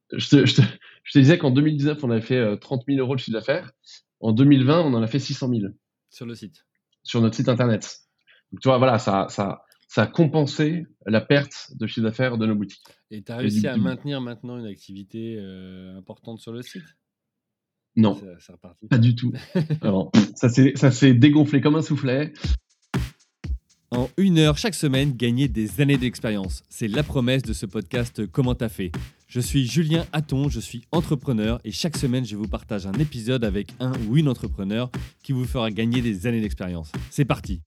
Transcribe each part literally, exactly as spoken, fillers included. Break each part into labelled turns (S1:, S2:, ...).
S1: je te, je te, je te disais qu'en deux mille dix-neuf, on avait fait euh, trente mille euros de chiffre d'affaires. En deux mille vingt, on en a fait six cent mille
S2: Sur le site.
S1: sur notre site internet. Donc, tu vois, voilà, ça, ça, ça a compensé la perte de chiffre d'affaires de nos boutiques.
S2: Et tu as
S1: Et du,
S2: réussi à
S1: du-
S2: maintenir maintenant une activité euh, importante sur le site? Ou
S1: non,
S2: c'est c'est reparti?
S1: pas du tout. Alors, ça s'est, ça s'est dégonflé comme un soufflet.
S2: En une heure chaque semaine, gagner des années d'expérience. C'est la promesse de ce podcast Comment t'as fait. Je suis Julien Hatton, je suis entrepreneur et chaque semaine, je vous partage un épisode avec un ou une entrepreneur qui vous fera gagner des années d'expérience. C'est parti.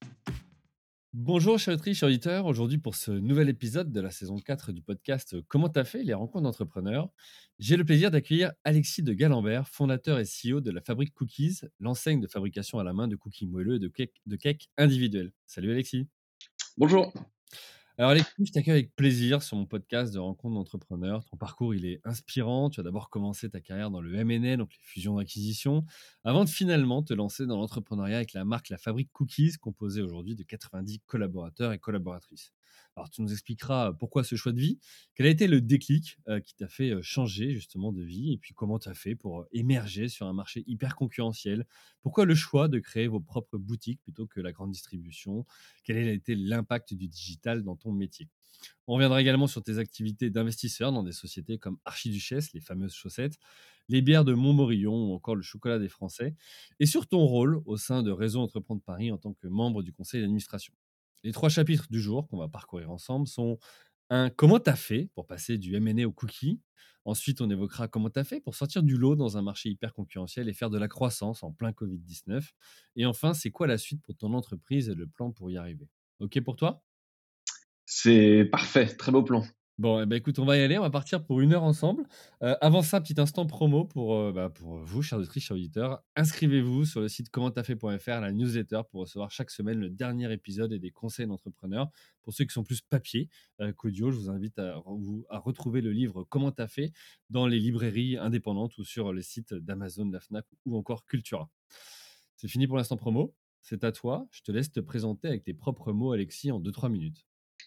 S2: Bonjour chers auditrices, chers auditeurs. Aujourd'hui, pour ce nouvel épisode de la saison quatre du podcast Comment t'as fait, les rencontres d'entrepreneurs, j'ai le plaisir d'accueillir Alexis de Galambert, fondateur et C E O de la Fabrique Cookies, l'enseigne de fabrication à la main de cookies moelleux et de cakes, de cakes individuels. Salut Alexis.
S1: Bonjour.
S2: Alors Alexis, je t'accueille avec plaisir sur mon podcast de rencontres d'entrepreneurs. Ton parcours, il est inspirant. Tu as d'abord commencé ta carrière dans le M and A, donc les fusions d'acquisitions, avant de finalement te lancer dans l'entrepreneuriat avec la marque La Fabrique Cookies, composée aujourd'hui de quatre-vingt-dix collaborateurs et collaboratrices. Alors tu nous expliqueras pourquoi ce choix de vie, quel a été le déclic euh, qui t'a fait euh, changer justement de vie, et puis comment tu as fait pour euh, émerger sur un marché hyper concurrentiel. Pourquoi le choix de créer vos propres boutiques plutôt que la grande distribution? Quel a été l'impact du digital dans ton métier? On reviendra également sur tes activités d'investisseur dans des sociétés comme Archiduchesse, les fameuses chaussettes, les bières de Montmorillon ou encore le chocolat des Français, et sur ton rôle au sein de Réseau Entreprendre Paris en tant que membre du conseil d'administration. Les trois chapitres du jour qu'on va parcourir ensemble sont un comment t'as fait pour passer du M and A au cookie. Ensuite, on évoquera comment t'as fait pour sortir du lot dans un marché hyper concurrentiel et faire de la croissance en plein covid dix-neuf. Et enfin, c'est quoi la suite pour ton entreprise et le plan pour y arriver? OK pour toi?
S1: C'est parfait. Très beau plan.
S2: Bon, eh ben, écoute, on va y aller, on va partir pour une heure ensemble. Heu, avant ça, petit instant promo pour, heu, bah, pour vous, chers auditrices, chers auditeurs. Inscrivez-vous sur le site comment t'as fait point f r, la newsletter, pour recevoir chaque semaine le dernier épisode et des conseils d'entrepreneurs. Pour ceux qui sont plus papier, heu, qu'audio, je vous invite à re vous à retrouver le livre Comment t'as fait dans les librairies indépendantes ou sur les sites d'Amazon, de la Fnac ou encore Cultura. C'est fini pour l'instant promo, c'est à toi. Je te laisse te présenter avec tes propres mots, Alexis, en deux trois minutes.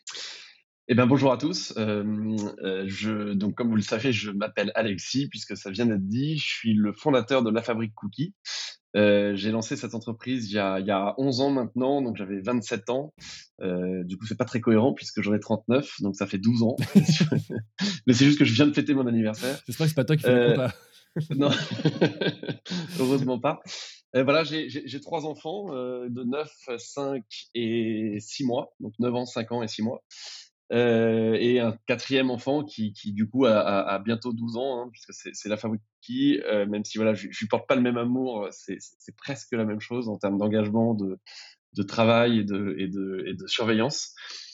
S1: Eh ben, bonjour à tous. Euh, euh, je, donc, comme vous le savez, je m'appelle Alexis, puisque ça vient d'être dit. Je suis le fondateur de La Fabrique Cookie. Euh, j'ai lancé cette entreprise il y a, il y a onze ans maintenant, donc j'avais vingt-sept ans. Euh, du coup, c'est pas très cohérent puisque j'en ai trente-neuf, donc ça fait douze ans. Mais c'est juste que je viens de fêter mon anniversaire.
S2: J'espère que c'est pas toi qui fais la
S1: Euh,
S2: compta.
S1: non, heureusement pas. Euh, voilà, j'ai, j'ai, j'ai trois enfants euh, de neuf, cinq et six mois, donc neuf ans, cinq ans et six mois. Euh, et un quatrième enfant qui, qui du coup a, a, a bientôt douze ans, hein, puisque c'est, c'est la fabrique qui, euh, même si voilà, je, je lui porte pas le même amour, c'est, c'est, c'est presque la même chose en termes d'engagement, de, de travail et de, et de, et de surveillance.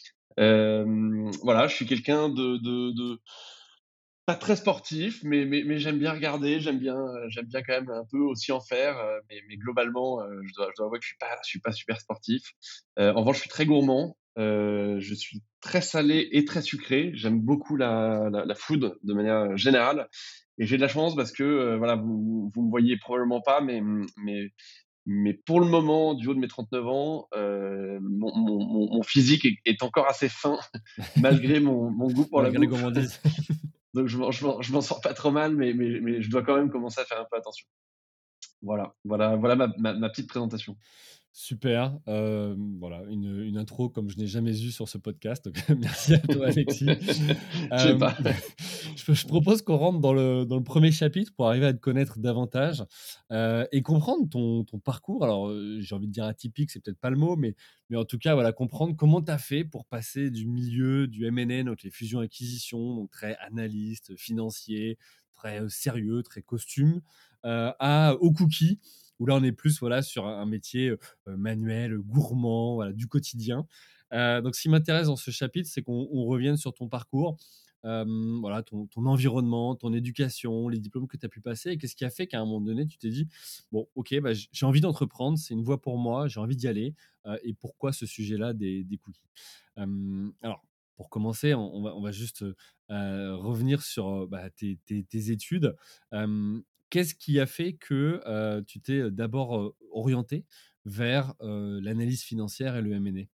S1: Euh, voilà, je suis quelqu'un de, de, de pas très sportif, mais, mais, mais j'aime bien regarder, j'aime bien, euh, j'aime bien quand même un peu aussi en faire, euh, mais, mais globalement, euh, je, dois, je dois avouer que je suis pas, je suis pas super sportif. Euh, en revanche, je suis très gourmand. Euh, je suis très salé et très sucré. J'aime beaucoup la, la, la food de manière générale. Et j'ai de la chance parce que euh, voilà, vous vous me voyez probablement pas, mais mais mais pour le moment, du haut de mes trente-neuf ans, euh, mon, mon, mon, mon physique est, est encore assez fin malgré mon, mon goût pour la
S2: Malgré les
S1: bouffe.
S2: gourmandises.
S1: Donc je m'en, je m'en, je m'en sors pas trop mal, mais, mais, mais je dois quand même commencer à faire un peu attention. Voilà, voilà, voilà ma, ma, ma petite présentation.
S2: Super, heu, voilà, une, une intro comme je n'ai jamais eu sur ce podcast, donc merci à toi Alexis.
S1: Je sais
S2: Hem,
S1: pas.
S2: je je propose qu'on rentre dans le dans le premier chapitre pour arriver à te connaître davantage, heu et comprendre ton ton parcours. Alors, heu, j'ai envie de dire atypique, c'est peut-être pas le mot, mais mais en tout cas, voilà, comprendre comment tu as fait pour passer du milieu du M and A, donc les fusions-acquisitions, donc très analyste, financier, très, heu, sérieux, très costume, heu, à aux cookies, où là on est plus voilà sur un un métier, heu, manuel, gourmand, voilà, du quotidien. Heu, donc ce qui m'intéresse dans ce chapitre, c'est qu'on on revienne sur ton parcours, hem, voilà, ton ton environnement, ton éducation, les diplômes que tu as pu passer, et qu'est-ce qui a fait qu'à un moment donné tu t'es dit: «Bon OK, bah, j j'ai envie d'entreprendre, c'est une voie pour moi, j'ai envie d'y aller», heu et pourquoi ce sujet-là des des cookies? Hem, alors pour commencer, on on va on va juste, heu revenir sur, heu, bah, tes tes tes études. Hem, Qu'est-ce qui a fait que, heu, tu t'es, d'abord, heu, orienté vers, heu, l'analyse financière et le M and A?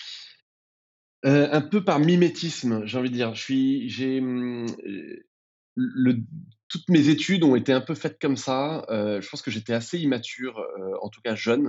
S1: Euh, un peu par mimétisme, j'ai envie de dire. Je suis, j'ai, hum, le toutes mes études ont été un peu faites comme ça. Heu, je pense que j'étais assez immature, heu, en tout cas jeune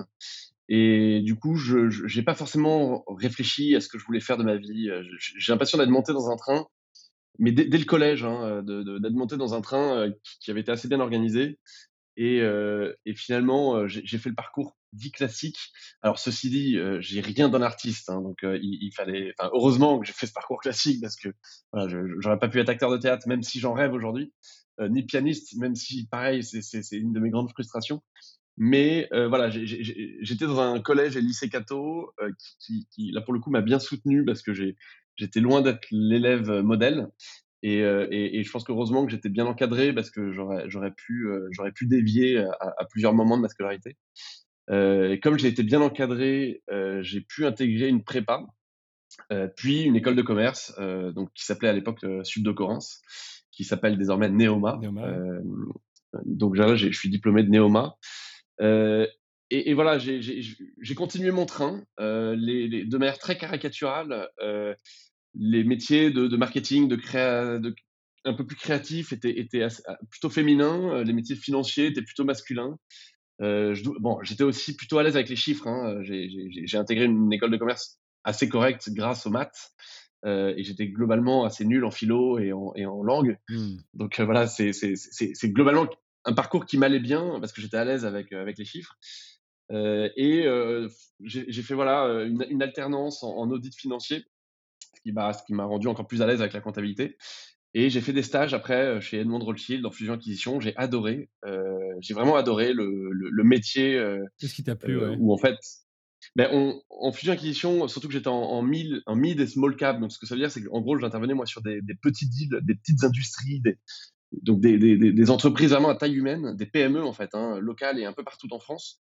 S1: et du coup, je je j'ai pas forcément réfléchi à ce que je voulais faire de ma vie. Heu, j j'ai l'impression d'être monté dans un train, mais dès dès le collège, hein, de de d'être monté dans un train, heu, qui qui avait été assez bien organisé et heu et finalement, heu, j'ai j'ai fait le parcours dit classique. Alors ceci dit, heu, j'ai rien d'un artiste, hein, donc heu, il il fallait enfin heureusement que j'ai fait ce parcours classique parce que voilà, je j'aurais pas pu être acteur de théâtre, même si j'en rêve aujourd'hui, heu, ni pianiste, même si pareil, c'est c'est c'est une de mes grandes frustrations. Mais heu, voilà, j'ai j'ai j'ai j'étais dans un collège et lycée catho, heu, qui qui qui là pour le coup m'a bien soutenu parce que j'ai j'étais loin d'être l'élève, heu, modèle et heu et et je pense qu'heureusement que j'étais bien encadré parce que j'aurais j'aurais pu, heu, j'aurais pu dévier à à plusieurs moments de ma scolarité. Heu et comme j'ai été bien encadré, heu, j'ai pu intégrer une prépa, heu, puis une école de commerce, heu, donc qui s'appelait à l'époque, heu, Sud de Correns, qui s'appelle désormais Neoma.
S2: Néoma, ouais.
S1: Hem, donc là, j'ai je suis diplômé de Neoma. Heu et et voilà, j'ai j'ai j'ai continué mon train, heu, les les de manière très caricaturale, heu, les métiers de de marketing, de créa de un peu plus créatifs étaient étaient assez a plutôt féminins, heu, les métiers financiers étaient plutôt masculins. Heu, je dou bon, j'étais aussi plutôt à l'aise avec les chiffres, hein, heu, j'ai j'ai j'ai j'ai intégré une école de commerce assez correcte grâce aux maths, heu et j'étais globalement assez nul en philo et en et en langue.
S2: Mmh.
S1: Donc heu, voilà, c'est c'est c'est c'est globalement un parcours qui m'allait bien parce que j'étais à l'aise avec, heu, avec les chiffres. Heu et heu, j'ai j'ai fait voilà, heu, une une alternance en en audit financier, ce qui m'a ce qui m'a rendu encore plus à l'aise avec la comptabilité et j'ai fait des stages après, heu, chez Edmond de Rothschild en fusion acquisition. J'ai adoré, heu, j'ai vraiment adoré le le le métier, heu
S2: Qu'est-ce qui t'a plu,
S1: heu,
S2: ouais?
S1: où en fait, beh, on en fusion acquisition, surtout que j'étais en en mil en mid et small cap, donc ce que ça veut dire, c'est qu'en gros, j'intervenais moi sur des des petits deals, des petites industries, des donc des des des des entreprises vraiment à taille humaine, des P M E en fait, hein, locales et un peu partout en France,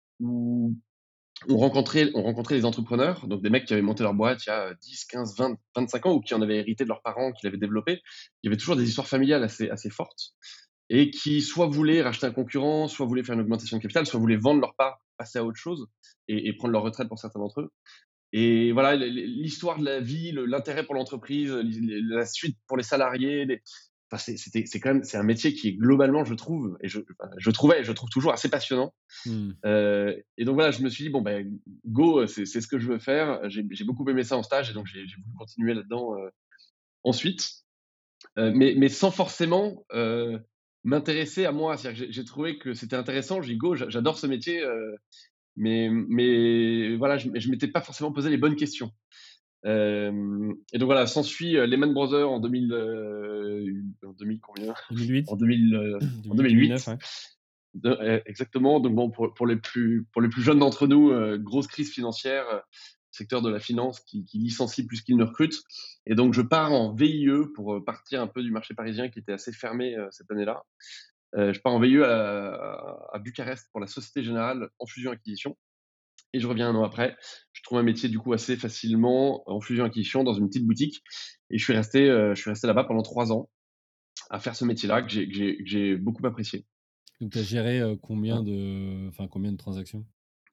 S1: où on rencontrait on rencontrait des entrepreneurs, donc des mecs qui avaient monté leur boîte il y a dix, quinze, vingt, vingt-cinq ans ou qui en avaient hérité de leurs parents, qui l'avaient développé. Il y avait toujours des histoires familiales assez assez fortes et qui soit voulaient racheter un concurrent, soit voulaient faire une augmentation de capital, soit voulaient vendre leur part, passer à autre chose et et prendre leur retraite pour certains d'entre eux. Et voilà, l'histoire de la vie, le l'intérêt pour l'entreprise, la suite pour les salariés, les enfin, c'est c'était c'est quand même c'est un métier qui est globalement, je trouve et je enfin, je trouvais et je trouve toujours assez passionnant.
S2: Mmh.
S1: Heu et donc voilà, je me suis dit: «Bon, ben, go, c'est c'est ce que je veux faire». J'ai j'ai beaucoup aimé ça en stage et donc j'ai j'ai voulu continuer là-dedans, heu, ensuite, heu, mais mais sans forcément, heu, m'intéresser à moi. C'est-à-dire que j'ai j'ai trouvé que c'était intéressant, j'ai dit: «Go, j'a j'adore ce métier», heu, mais mais voilà, je je m'étais pas forcément posé les bonnes questions. Hem et donc voilà, s'ensuit, heu, Lehman Brothers en deux mille, heu, en deux mille combien?
S2: deux mille huit?
S1: En deux mille, heu, en deux mille huit.
S2: deux mille huit-deux mille neuf, ouais.
S1: De e exactement, donc bon, pour pour les plus pour les plus jeunes d'entre nous, heu, grosse crise financière, heu, secteur de la finance qui qui licencie plus qu'il ne recrute et donc je pars en V I E pour, heu, partir un peu du marché parisien qui était assez fermé, heu, cette année-là. Heu, je pars en V I E à à Bucarest pour la Société Générale en fusion-acquisition et je reviens un an après. Je trouve un métier du coup assez facilement en fusion-acquisition dans une petite boutique et je suis resté, heu, je suis resté là-bas pendant trois ans à faire ce métier-là que j'ai que j'ai que j'ai beaucoup apprécié.
S2: Donc tu as géré, heu, combien
S1: Voilà.
S2: de enfin, combien de transactions?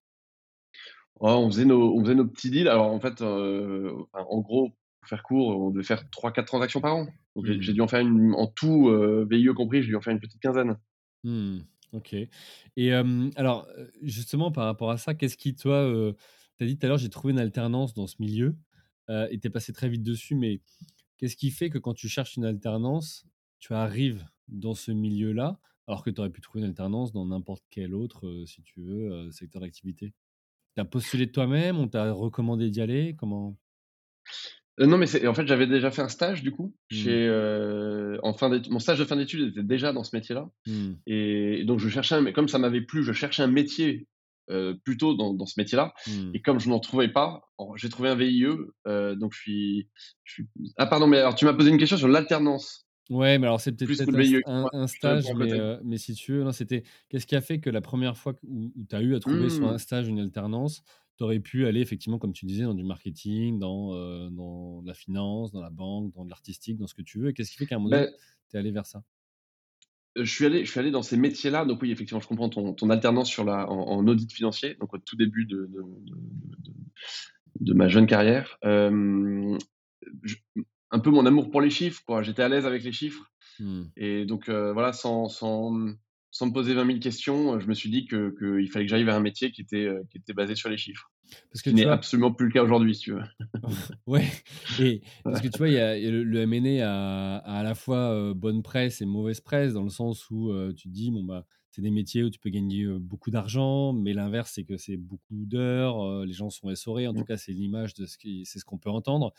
S1: Ouais, on faisait nos on faisait nos petits deals. Alors en fait, heu, enfin, en gros, pour faire court, on devait faire trois quatre transactions par an. Donc j'ai j'ai
S2: Mmh.
S1: dû en faire une en tout, heu, V I E compris, j'ai dû en faire une petite quinzaine.
S2: Mmh. OK. Et hem, alors, heu, justement par rapport à ça, qu'est-ce qui toi, heu tu as dit tout à l'heure: «J'ai trouvé une alternance dans ce milieu», heu et tu es passé très vite dessus, mais qu'est-ce qui fait que quand tu cherches une alternance, tu arrives dans ce milieu-là, alors que tu aurais pu trouver une alternance dans n'importe quel autre, heu, si tu veux, heu, secteur d'activité? Tu as postulé de toi-même? On t'a recommandé d'y aller? Comment?
S1: Heu, non, mais c'est en fait, j'avais déjà fait un stage du coup
S2: Mmh.
S1: chez, heu, en fin d'étu mon stage de fin d'études était déjà dans ce métier-là
S2: Mmh.
S1: et donc je cherchais un mais comme ça m'avait plu, je cherchais un métier, heu, plutôt dans dans ce métier-là
S2: Mmh.
S1: et comme je n'en trouvais pas, en j'ai trouvé un V I E, heu, donc je suis je suis ah pardon, mais alors tu m'as posé une question sur l'alternance,
S2: Ouais, mais alors c'est peut-être
S1: plus que
S2: peut-être
S1: le
S2: un st
S1: V I E.
S2: un
S1: Ouais,
S2: un
S1: je te réponds
S2: stage,
S1: à
S2: mais
S1: côté.
S2: heu, mais si tu veux, non, c'était qu'est-ce qui a fait que la première fois que où où tu as eu à trouver soit un
S1: Mmh.
S2: stage, une alternance, tu aurais pu aller effectivement, comme tu disais, dans du marketing, dans, heu, dans de la finance, dans la banque, dans de l'artistique, dans ce que tu veux et qu'est-ce qui fait qu'à un moment donné,
S1: Beh,
S2: tu es allé vers ça?
S1: je suis allé je suis allé dans ces métiers-là, donc oui, effectivement, je comprends ton ton alternance sur la en en audit financier, donc au tout début de de de de de ma jeune carrière. Hem, je un peu mon amour pour les chiffres, quoi. J'étais à l'aise avec les chiffres.
S2: Mmh.
S1: Et donc, heu, voilà, sans sans, mmh, sans me poser vingt mille questions, heu, je me suis dit que qu'il fallait que j'aille vers un métier qui était, heu, qui était basé sur les chiffres.
S2: Parce
S1: Ce
S2: que
S1: qui
S2: tu
S1: n'est
S2: vois
S1: absolument plus le cas aujourd'hui, si tu veux.
S2: ouais et parce
S1: Ouais.
S2: que tu vois, il y a il y a le le M and A a a à la fois, heu, bonne presse et mauvaise presse dans le sens où, heu, tu te dis: «Bon, bah, c'est des métiers où tu peux gagner, heu, beaucoup d'argent», mais l'inverse, c'est que c'est beaucoup d'heures, heu, les gens sont essorés. En tout
S1: Mmh.
S2: cas, c'est l'image de ce qui c'est ce qu'on peut entendre.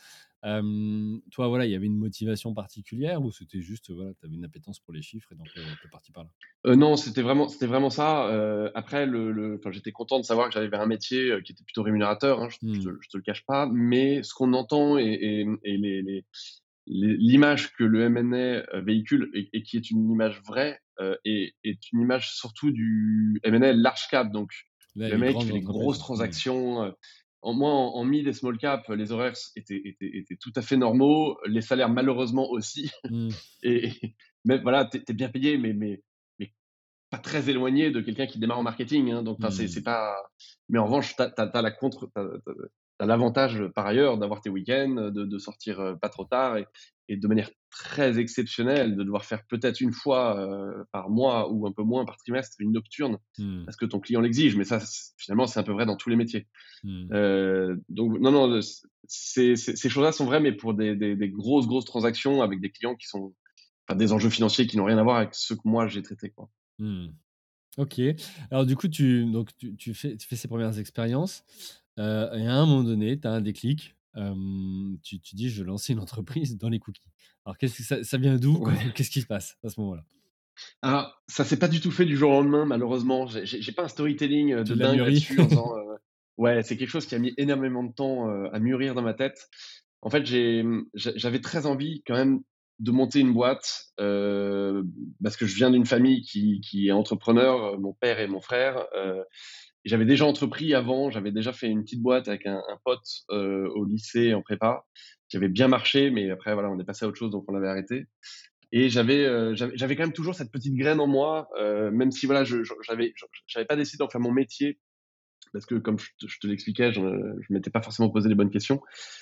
S2: Hem, toi, voilà, il y avait une motivation particulière ou c'était juste, voilà, tu avais une appétence pour les chiffres et donc, heu, tu es parti par là?
S1: Heu, non, c'était vraiment c'était vraiment ça, heu, après le le enfin, j'étais content de savoir que j'allais vers un métier, heu, qui était plutôt rémunérateur, hein, je je te
S2: Mmh.
S1: je te le cache pas, mais ce qu'on entend et et mmh et les les les l'image que le M and A, heu, véhicule et et qui est une image vraie, heu, est est une image surtout du M and A large cap, donc
S2: Là,
S1: le
S2: les
S1: mec qui
S2: grandes
S1: fait les grosses
S2: entreprises. Mmh.
S1: transactions, heu, en moi, en en mid et small cap, les horaires s étaient étaient étaient tout à fait normaux, les salaires malheureusement aussi
S2: Mmh.
S1: et et mais voilà, tu es tu es bien payé, mais mais mais pas très éloigné de quelqu'un qui démarre en marketing, hein, donc enfin, c'est c'est
S2: Mmh.
S1: pas mais en revanche, tu as tu as tu as la contre tu as tu as l'avantage, euh, par ailleurs, d'avoir tes week-ends, de de sortir, heu, pas trop tard et et de manière très exceptionnelle, de devoir faire peut-être une fois, heu, par mois ou un peu moins par trimestre, une nocturne
S2: Mmh.
S1: parce que ton client l'exige, mais ça, c finalement, c'est un peu vrai dans tous les métiers.
S2: Mmh.
S1: Heu, donc non, non, c c'est c'est ces choses-là sont vraies, mais pour des des des grosses, grosses transactions avec des clients qui sont enfin, des enjeux financiers qui n'ont rien à voir avec ceux que moi j'ai traités, quoi.
S2: Mmh. OK. Alors du coup, tu donc tu tu fais tu fais ces premières expériences, heu et à un moment donné, tu as un déclic, hem, tu tu dis: «Je veux lancer une entreprise dans les cookies». Alors qu'est-ce que ça ça vient d'où?
S1: Ouais.
S2: Qu'est-ce qui se passe à ce moment-là?
S1: Alors, ça s'est pas du tout fait du jour au lendemain, malheureusement. J'ai j'ai j'ai pas un storytelling, heu,
S2: Tu
S1: de
S2: l'as
S1: dingue
S2: mûri?
S1: là-dessus en disant, heu ouais, c'est quelque chose qui a mis énormément de temps, heu, à mûrir dans ma tête. En fait, j'ai, mmh, j'a j'avais très envie quand même de monter une boîte, heu, parce que je viens d'une famille qui qui est entrepreneur, heu, mon père et mon frère, heu, j'avais déjà entrepris avant, j'avais déjà fait une petite boîte avec un un pote, heu, au lycée en prépa, qui avait bien marché, mais après voilà, on est passé à autre chose, donc on avait arrêté. Et j'avais, heu, j'avais j'avais quand même toujours cette petite graine en moi, heu, même si voilà, je je j'avais je j'avais pas décidé d'en faire mon métier parce que comme je te je te l'expliquais, je je m'étais pas forcément posé les bonnes questions.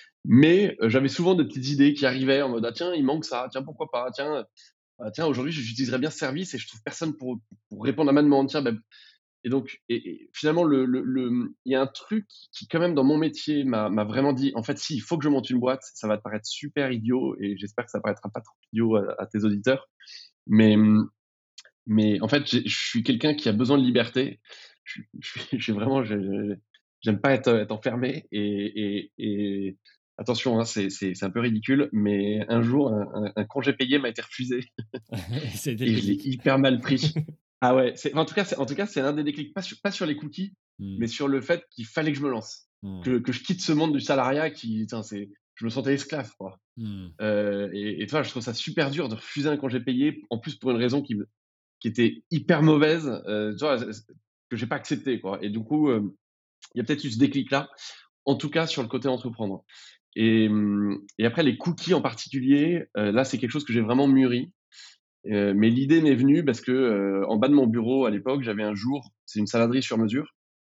S1: Mais, heu, j'avais souvent des petites idées qui arrivaient en mode: «Ah tiens, il manque ça, tiens pourquoi pas? Tiens, ah tiens aujourd'hui j'utiliserais bien ce service et je trouve personne pour pour répondre à ma demande. Tiens, bah» et donc et et finalement le le le, mmh, il y a un truc qui quand même dans mon métier m'a m'a vraiment dit: «En fait si, il faut que je monte une boîte, ça va te paraître super idiot et j'espère que ça paraîtra pas trop idiot à à tes auditeurs, mais, mmh, mais en fait, j'ai je suis quelqu'un qui a besoin de liberté. Je suis je suis je suis vraiment je je j'aime pas être, être enfermé et et et attention, hein, c'est c'est c'est un peu ridicule, mais un jour, un un un congé payé m'a été refusé
S2: Et ça a été le
S1: et je l'ai
S2: déclic.
S1: hyper mal pris. Ah ouais, c'est en tout cas c'est en tout cas, c'est un des déclics, pas sur pas sur les cookies,
S2: Mmh.
S1: mais sur le fait qu'il fallait que je me lance,
S2: Mmh.
S1: que que je quitte ce monde du salariat qui, putain, c'est je me sentais esclave, quoi.
S2: Mmh.
S1: Heu et et tu vois, je trouve ça super dur de refuser un congé payé, en plus pour une raison qui me qui était hyper mauvaise, heu, tu vois? c c que j'ai pas accepté, quoi et du coup, hem, il y a peut-être eu ce déclic-là, en tout cas sur le côté entreprendre et mmh et après les cookies en particulier, heu, là, c'est quelque chose que j'ai vraiment mûri, heu, mais l'idée m'est venue parce que, heu, en bas de mon bureau à l'époque, j'avais un jour c'est une saladerie sur mesure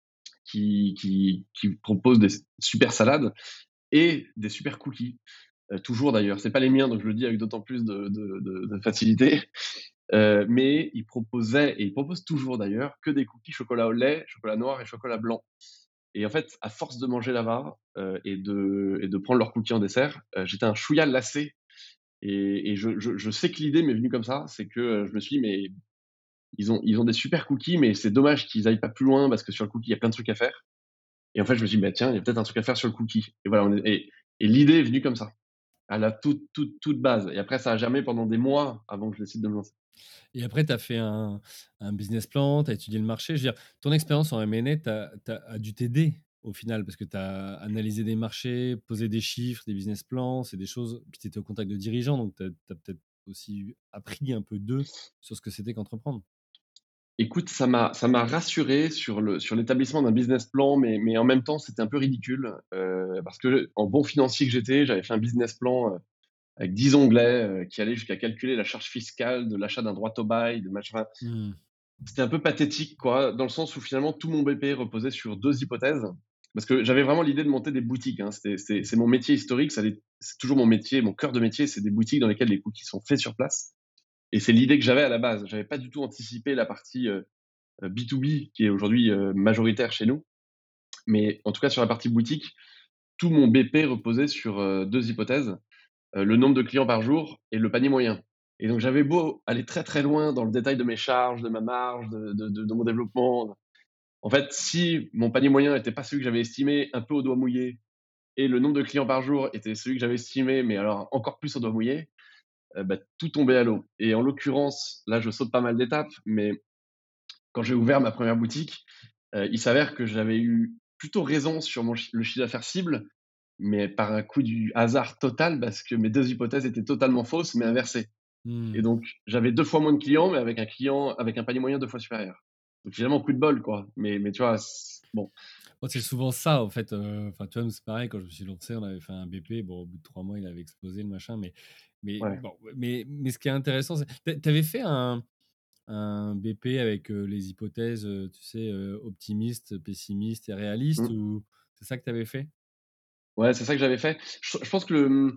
S1: qui qui qui propose des super salades et des super cookies, heu, toujours d'ailleurs. C'est pas les miens, donc je le dis avec d'autant plus de de de de facilité. Heu, mais il proposait et il propose toujours d'ailleurs que des cookies chocolat au lait, chocolat noir et chocolat blanc. Et en fait, à force de manger là-bas, heu, et de et de prendre leurs cookies en dessert, heu, j'étais un chouïa lassé et et je je je sais que l'idée m'est venue comme ça. C'est que, heu, je me suis dit: «Mais ils ont ils ont des super cookies, mais c'est dommage qu'ils aillent pas plus loin parce que sur le cookie, il y a plein de trucs à faire». Et en fait, je me suis dit: «Bah tiens, il y a peut-être un truc à faire sur le cookie» et voilà, on est et et l'idée est venue comme ça, à la toute, toute, toute base et après ça a germé pendant des mois avant que je décide de me lancer.
S2: Et après, tu as fait un un business plan, tu as étudié le marché. Je veux dire, ton expérience en M and A t'a t'a a dû t'aider au final parce que tu as analysé des marchés, posé des chiffres, des business plans, c'est des choses puis tu étais au contact de dirigeants, donc tu as peut-être aussi appris un peu d'eux sur ce que c'était qu'entreprendre.
S1: Écoute, ça m'a ça m'a rassuré sur le sur l'établissement d'un business plan, mais mais en même temps, c'était un peu ridicule, heu, parce que en bon financier que j'étais, j'avais fait un business plan, heu, avec dix onglets, heu, qui allaient jusqu'à calculer la charge fiscale de l'achat d'un droit au bail, de machin. Enfin,
S2: Mmh.
S1: c'était un peu pathétique, quoi, dans le sens où finalement tout mon B P reposait sur deux hypothèses. Parce que j'avais vraiment l'idée de monter des boutiques, hein. C'était c'est c'est mon métier historique, ça l'est c'est toujours mon métier, mon cœur de métier, c'est des boutiques dans lesquelles les cookies sont faits sur place. et c'est l'idée que j'avais à la base. J'avais pas du tout anticipé la partie euh, B deux B qui est aujourd'hui euh, majoritaire chez nous. Mais en tout cas, sur la partie boutique, tout mon B P reposait sur euh, deux hypothèses, euh, le nombre de clients par jour et le panier moyen. Et donc, j'avais beau aller très très loin dans le détail de mes charges, de ma marge, de, de, de, de mon développement. En fait, si mon panier moyen n'était pas celui que j'avais estimé, un peu au doigt mouillé, et le nombre de clients par jour était celui que j'avais estimé, mais alors encore plus au doigt mouillé, euh, bah, tout tombait à l'eau. Et en l'occurrence, là, je saute pas mal d'étapes, mais quand j'ai ouvert ma première boutique, euh, il s'avère que j'avais eu plutôt raison sur mon, le chiffre d'affaires cible, mais par un coup du hasard total, parce que mes deux hypothèses étaient totalement fausses, mais inversées. Et
S2: Mmh.
S1: donc, j'avais deux fois moins de clients, mais avec un client, avec un panier moyen deux fois supérieur. Donc, finalement, coup de bol, quoi. Mais, mais tu vois, bon.
S2: Moi, c'est souvent ça, en fait, heu, enfin, tu vois, c'est pareil, quand je me suis lancé, on avait fait un B P. Bon, au bout de trois mois, il avait explosé le machin, mais mais
S1: Ouais.
S2: bon, mais mais ce qui est intéressant, c'est tu avais fait un un B P avec, heu, les hypothèses, heu, tu sais, heu, optimistes, pessimistes et réalistes,
S1: Mm.
S2: ou c'est ça que tu avais fait?
S1: Ouais, c'est ça que j'avais fait. Je, je pense que le,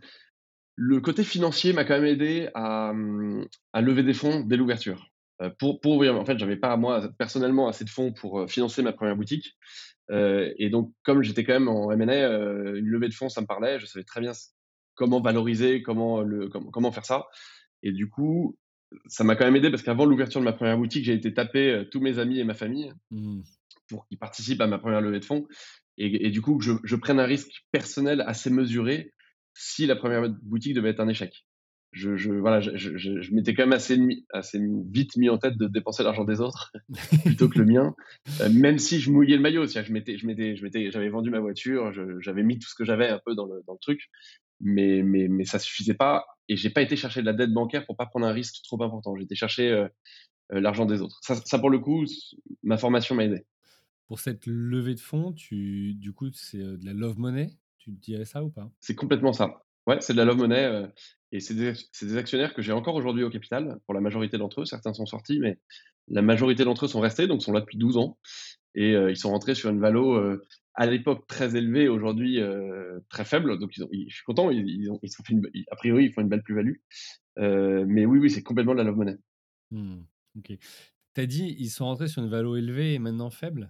S1: le côté financier m'a quand même aidé à, hum, à lever des fonds dès l'ouverture. Euh, pour, pour ouvrir, en fait, j'avais pas moi personnellement assez de fonds pour euh, financer ma première boutique. Euh, et donc, comme j'étais quand même en M and A, euh, une levée de fonds, ça me parlait. Je savais très bien comment valoriser, comment, le, comment, comment faire ça. Et du coup, ça m'a quand même aidé parce qu'avant l'ouverture de ma première boutique, j'ai été taper euh, tous mes amis et ma famille
S2: Mmh.
S1: pour qu'ils participent à ma première levée de fonds. Et, et du coup, que je, je prenne un risque personnel assez mesuré si la première boutique devait être un échec. Je, je, voilà, je, je, je m'étais quand même assez, mis, assez vite mis en tête de dépenser l'argent des autres plutôt que le mien, euh, même si je mouillais le maillot. C'est-à-dire que je m'étais, je m'étais, je m'étais, j'avais vendu ma voiture, je, j'avais mis tout ce que j'avais un peu dans le, dans le truc, mais, mais, mais ça suffisait pas. Et j'ai pas été chercher de la dette bancaire pour pas prendre un risque trop important. J'ai été chercher euh, euh, l'argent des autres. Ça, ça, pour le coup, ma formation m'a aidé.
S2: Pour cette levée de fonds, tu du coup, c'est, heu, de la love money? Tu dirais ça ou pas?
S1: C'est complètement ça. Ouais, c'est de la love money, heu et c'est des c'est des actionnaires que j'ai encore aujourd'hui au capital, pour la majorité d'entre eux. Certains sont sortis, mais la majorité d'entre eux sont restés, donc sont là depuis douze ans et heu, ils sont rentrés sur une valo, heu, à l'époque très élevée, aujourd'hui, heu, très faible. Donc ils ont ils je suis content, ils ils ont ils ont fait une a priori, ils font une belle plus-value. Heu, mais oui, oui, c'est complètement de la love money.
S2: Mmh, OK. Tu as dit, ils sont rentrés sur une valo élevée et maintenant faible?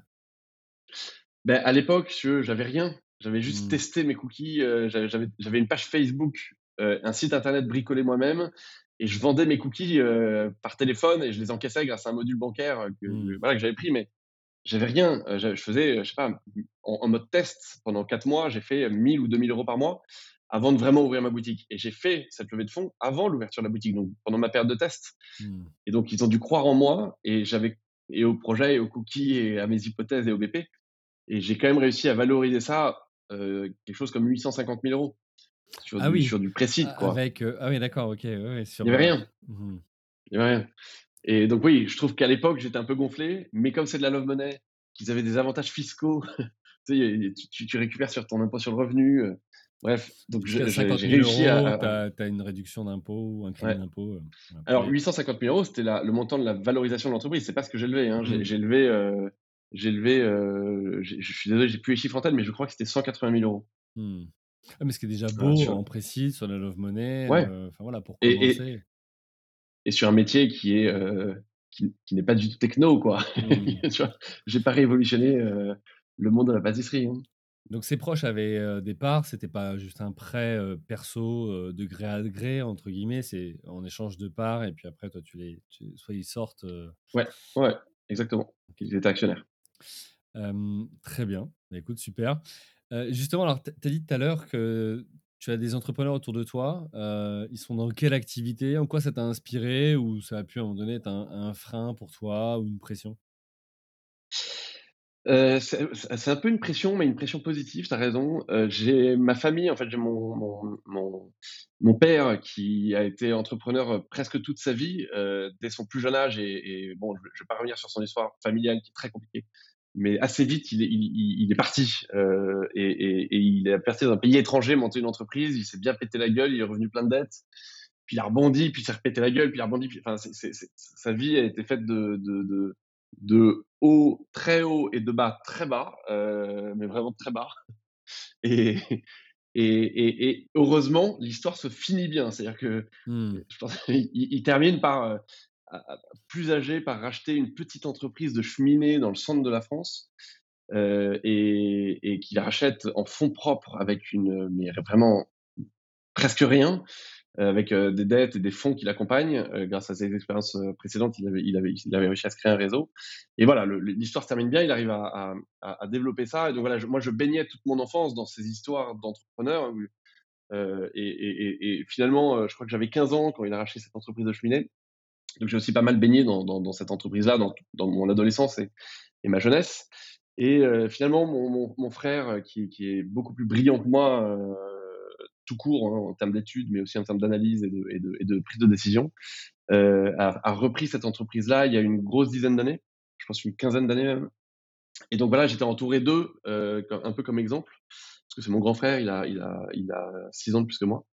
S1: Ben à l'époque, si tu veux, j'avais rien. J'avais juste
S2: Mmh,
S1: testé mes cookies, heu, j'avais j'avais j'avais une page Facebook, heu, un site internet bricolé moi-même et je vendais mes cookies, heu, par téléphone et je les encaissais grâce à un module bancaire, heu, que
S2: mmh,
S1: voilà, que j'avais pris, mais j'avais rien. Heu, je je faisais, heu, je sais pas, en en mode test pendant quatre mois, j'ai fait mille ou deux mille euros par mois avant de vraiment ouvrir ma boutique et j'ai fait cette levée de fonds avant l'ouverture de la boutique, donc pendant ma période de test
S2: mmh.
S1: et donc ils ont dû croire en moi et j'avais et au projet et aux cookies et à mes hypothèses et au B P et j'ai quand même réussi à valoriser ça, heu, quelque chose comme huit cent cinquante mille euros sur
S2: Ah
S1: du
S2: oui,
S1: sur du
S2: a
S1: précis quoi.
S2: avec, heu ah oui, d'accord, OK, ouais, ouais,
S1: Il y
S2: sur,
S1: avait
S2: heu
S1: rien,
S2: mmh.
S1: il y avait rien et donc oui, je trouve qu'à l'époque, j'étais un peu gonflé, mais comme c'est de la love money, qu'ils avaient des avantages fiscaux, tu sais, y tu tu tu récupères sur ton impôt sur le revenu, heu, bref, donc je
S2: Jusqu'à
S1: j'ai
S2: cinquante
S1: j'ai
S2: mille
S1: réussi à
S2: euros,
S1: à
S2: tu
S1: à
S2: as une réduction d'impôt ou un crédit
S1: ouais.
S2: d'impôt, heu, voilà, pour
S1: Alors
S2: les
S1: huit cent cinquante mille euros, c'était la le montant de la valorisation de l'entreprise, c'est pas ce que j'ai levé, hein. J'ai
S2: mmh,
S1: j'ai levé, heu, j'ai levé, heu, j'ai je suis désolé, j'ai plus les chiffres en tête, mais je crois que c'était cent quatre-vingt mille euros.
S2: mmh. Ah, mais ce qui est déjà
S1: Voilà,
S2: beau
S1: sur
S2: en précis sur la love money,
S1: ouais
S2: heu, enfin voilà, pour
S1: et et
S2: commencer.
S1: et sur un métier qui est, heu, qui qui n'est pas du tout techno, quoi.
S2: Mmh.
S1: Tu vois? J'ai pas révolutionné, heu, le monde de la pâtisserie, hein.
S2: Donc ses proches avaient, heu, des parts, c'était pas juste un prêt, heu, perso, heu, «de gré à gré» entre guillemets, c'est en échange de parts et puis après toi tu les tu soit ils sortent, heu
S1: Ouais, ouais, exactement.
S2: OK.
S1: Ils étaient actionnaires.
S2: Hem, très bien. Bah, écoute, super. Heu, justement, alors tu as dit tout à l'heure que tu as des entrepreneurs autour de toi, heu, ils sont dans quelle activité? En quoi ça t'a inspiré ou ça a pu à un moment donné être un un frein pour toi ou une pression?
S1: Heu, c'est c'est c'est un peu une pression, mais une pression positive, tu as raison. Heu, j'ai ma famille, en fait, j'ai mon mon mon mon père qui a été entrepreneur, heu, presque toute sa vie, heu, dès son plus jeune âge et et bon, je je vais pas revenir sur son histoire familiale qui est très compliquée, mais assez vite, il est il il il est parti, heu et et et il est parti dans un pays étranger, monter une entreprise. Il s'est bien pété la gueule, il est revenu plein de dettes, puis il a rebondi, puis il s'est repété la gueule, puis il a rebondi, puis enfin, c'est c'est c'est sa vie a été faite de de de de haut très haut et de bas très bas, heu, mais vraiment très bas et et, et, et heureusement, l'histoire se finit bien. C'est-à-dire que
S2: Mmh.
S1: je pense il, il termine par, euh, à- à- plus âgé, par racheter une petite entreprise de cheminée dans le centre de la France, euh, et, et qu'il rachète en fonds propres avec une, mais vraiment presque rien, euh, avec euh, des dettes et des fonds qui l'accompagnent. Euh, grâce à ses expériences euh, précédentes, il avait, il, avait, il avait réussi à se créer un réseau. Et voilà, le- l'histoire se termine bien, il arrive à, à, à développer ça. Et donc voilà, je, moi je baignais toute mon enfance dans ces histoires d'entrepreneurs. Euh, et, et, et, et, finalement, euh, je crois que j'avais quinze ans quand il a racheté cette entreprise de cheminée. Donc j'ai aussi pas mal baigné dans, dans, dans cette entreprise-là, dans, dans mon adolescence et, et ma jeunesse. Et euh, finalement, mon, mon, mon frère, qui, qui est beaucoup plus brillant que moi, euh, tout court, hein, en termes d'études, mais aussi en termes d'analyse et de, et, de, et de prise de décision, euh, a, a repris cette entreprise-là il y a une grosse dizaine d'années, je pense une quinzaine d'années même. Et donc voilà, j'étais entouré d'eux, euh, un peu comme exemple, parce que c'est mon grand frère, il a, il a, il a six ans de plus que moi.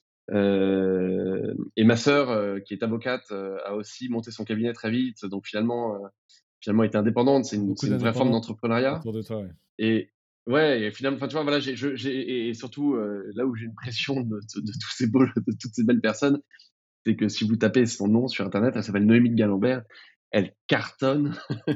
S1: Euh, et ma sœur, euh, qui est avocate, euh, a aussi monté son cabinet très vite, donc finalement, euh, finalement était indépendante. C'est une,
S2: Beaucoup
S1: c'est une vraie forme
S2: d'indépendants
S1: d'entrepreneuriat.
S2: autour de toi, ouais.
S1: Et ouais, et finalement, enfin tu vois, voilà, j'ai, je, j'ai, et surtout euh, là où j'ai une pression de, de, de tous ces beaux, de toutes ces belles personnes, c'est que si vous tapez son nom sur internet, elle s'appelle Noémie de Galambert, elle cartonne.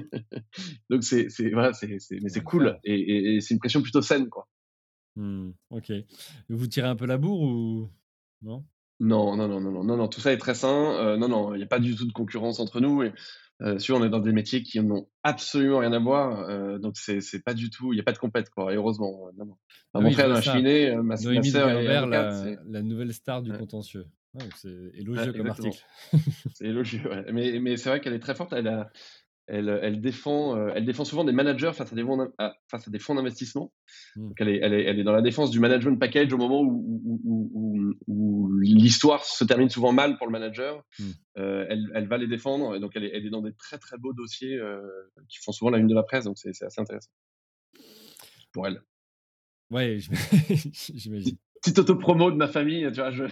S1: Donc c'est, c'est, voilà, c'est, c'est, mais c'est cool,
S2: Incroyable.
S1: et, et, et c'est une pression plutôt saine, quoi.
S2: Mmh, OK. Vous tirez un peu la bourre ou non?
S1: Non, non, non, non, non, non, non, tout ça est très sain. Euh, non, non, il n'y a pas du tout de concurrence entre nous. Et, euh, sûr, on est dans des métiers qui n'ont absolument rien à voir. Euh, donc, c'est, c'est pas du tout, il n'y a pas de compète, quoi. Et heureusement, euh, non, non.
S2: Ah
S1: Enfin, mon
S2: oui, je
S1: frère est
S2: vois
S1: dans la
S2: ça.
S1: cheminée, euh, ma, ma
S2: Noémie de
S1: sœur est
S2: Galambert,
S1: avocate.
S2: la
S1: C'est,
S2: la nouvelle star du
S1: ouais,
S2: contentieux. Ah donc c'est
S1: ouais,
S2: élogieux comme article.
S1: exactement. C'est élogieux, ouais. Mais, mais c'est vrai qu'elle est très forte. Elle a, elle, elle défend, euh, elle défend souvent des managers face à des fonds, d'in- à- face à des fonds d'investissement.
S2: Mmh,
S1: Donc elle est, elle, est, elle est dans la défense du management package au moment où, où, où, où, où l'histoire se termine souvent mal pour le manager.
S2: mmh.
S1: Euh, elle, elle va les défendre, et donc elle est, elle est dans des très très beaux dossiers euh, qui font souvent la une de la presse, donc c'est, c'est assez intéressant pour elle.
S2: Ouais, j'im j'imagine.
S1: Petite auto-promo de ma famille, tu vois, je...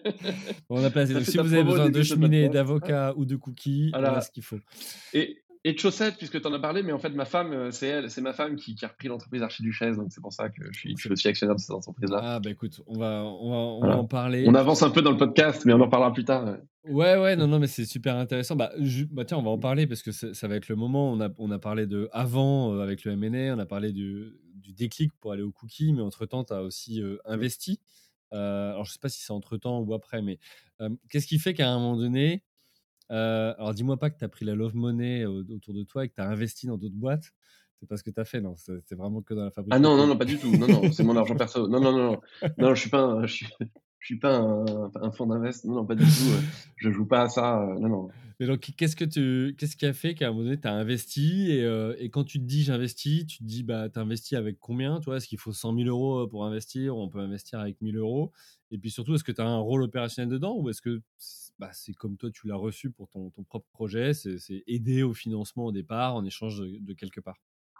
S2: On a placé
S1: T'as
S2: donc
S1: fait
S2: si
S1: ta
S2: vous avez
S1: promo au
S2: besoin de
S1: début de ce
S2: cheminées,
S1: podcast.
S2: d'avocats ou de cookies, on a
S1: Voilà.
S2: ce qu'il faut.
S1: Et, et de chaussettes, puisque tu en as parlé, mais en fait, ma femme, euh, c'est elle, c'est ma femme qui, qui a repris l'entreprise Archiduchesse, donc c'est pour ça que je suis,
S2: Donc
S1: je
S2: c'est
S1: suis aussi actionnaire de cette entreprise-là.
S2: ah bah écoute, on va on va on va
S1: Voilà.
S2: en parler.
S1: On avance un peu dans le podcast, mais on en parlera plus tard. Ouais.
S2: Ouais, ouais, non, non, mais c'est super intéressant. Bah, ju bah, tiens, on va en parler parce que c'est ça va être le moment. On a on a parlé de avant, heu, avec le M and A, on a parlé du du déclic pour aller au cookie, mais entre-temps, tu as aussi, heu,
S1: Mm.
S2: investi. Heu, alors je sais pas si c'est entre-temps ou après, mais, hem, qu'est-ce qui fait qu'à un moment donné, heu, alors dis-moi pas que tu as pris la love money, heu, autour de toi et que tu as investi dans d'autres boîtes? C'est pas ce que tu as fait, non? C'est c'est vraiment que dans la
S1: Ah
S2: fabrique
S1: non, non,
S2: auto?
S1: non, pas du tout. Non, non, c'est mon argent perso. Non, non, non, non, non, je suis pas un, je suis, je suis pas un, un fonds d'invest. Non, non, pas du tout. euh, Je joue pas à ça. euh, Non, non.
S2: Mais donc, qu'est-ce que tu qu'est-ce qui a fait qu'à un moment donné, tu as investi et, heu, et quand tu te dis: «J'investis», tu te dis: «Bah, tu investis avec combien?» Tu vois? Est-ce qu'il faut cent mille euros pour investir ou on peut investir avec mille euros? Et puis surtout, est-ce que tu as un rôle opérationnel dedans ou est-ce que c bah, c'est comme toi, tu l'as reçu pour ton ton propre projet, c'est c'est aider au financement au départ en échange de de quelque part?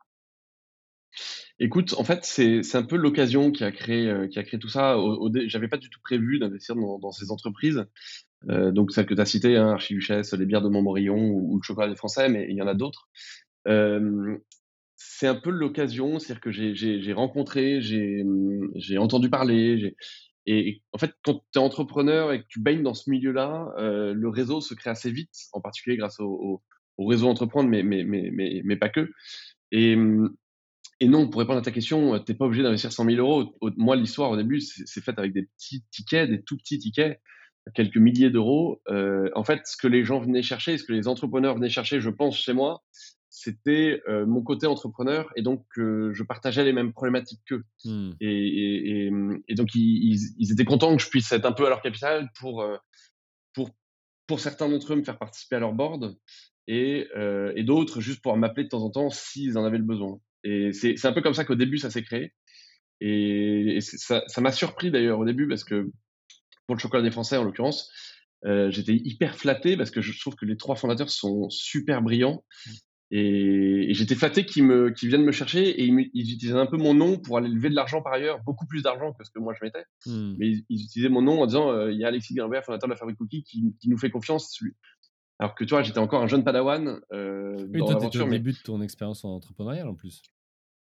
S1: Écoute, en fait, c'est c'est un peu l'occasion qui a créé euh, qui a créé tout ça. Au, au dé- J'avais pas du tout prévu d'investir dans, dans ces entreprises. Euh, donc celles que tu as citées, hein, Archiduchesse, les bières de Montmorillon ou, ou le chocolat des Français, mais il y en a d'autres. Euh, c'est un peu l'occasion, c'est-à-dire que j'ai j'ai- j'ai rencontré, j'ai hum, j'ai entendu parler, j'ai et, et en fait, quand tu es entrepreneur et que tu baignes dans ce milieu-là, euh, le réseau se crée assez vite, en particulier grâce au, au, au réseau Entreprendre, mais, mais, mais, mais, mais pas que. Et, hum, et non, pour répondre à ta question, tu n'es pas obligé d'investir cent mille euros. Au- Moi, l'histoire, au début, c'est c'est fait avec des petits tickets, des tout petits tickets, quelques milliers d'euros. Euh, en fait, ce que les gens venaient chercher, ce que les entrepreneurs venaient chercher, je pense, chez moi, c'était euh, mon côté entrepreneur, et donc euh, je partageais les mêmes problématiques qu'eux.
S2: Mmh.
S1: Et, et, et, et donc, ils, ils, ils étaient contents que je puisse être un peu à leur capital pour, euh, pour, pour certains d'entre eux me faire participer à leur board, et, euh, et d'autres juste pour m'appeler de temps en temps s'ils en avaient le besoin. Et c'est c'est un peu comme ça qu'au début, ça s'est créé. Et, et ça ça m'a surpris d'ailleurs au début, parce que pour le chocolat des Français en l'occurrence, euh, j'étais hyper flatté parce que je trouve que les trois fondateurs sont super brillants. Et, et j'étais flatté qu'ils me, qu'ils viennent me chercher, et ils, me- ils utilisaient un peu mon nom pour aller lever de l'argent par ailleurs, beaucoup plus d'argent que ce que moi je mettais.
S2: Mmh.
S1: Mais ils, ils utilisaient mon nom en disant euh, il y a Alexis Gambert, fondateur de la Fabrique Cookie, qui, qui nous fait confiance. Lui. Alors que tu vois, j'étais encore un jeune padawan euh,
S2: Oui,
S1: dans
S2: toi, tu étais au
S1: l'aventure, mais
S2: début de ton expérience en entrepreneuriale en plus?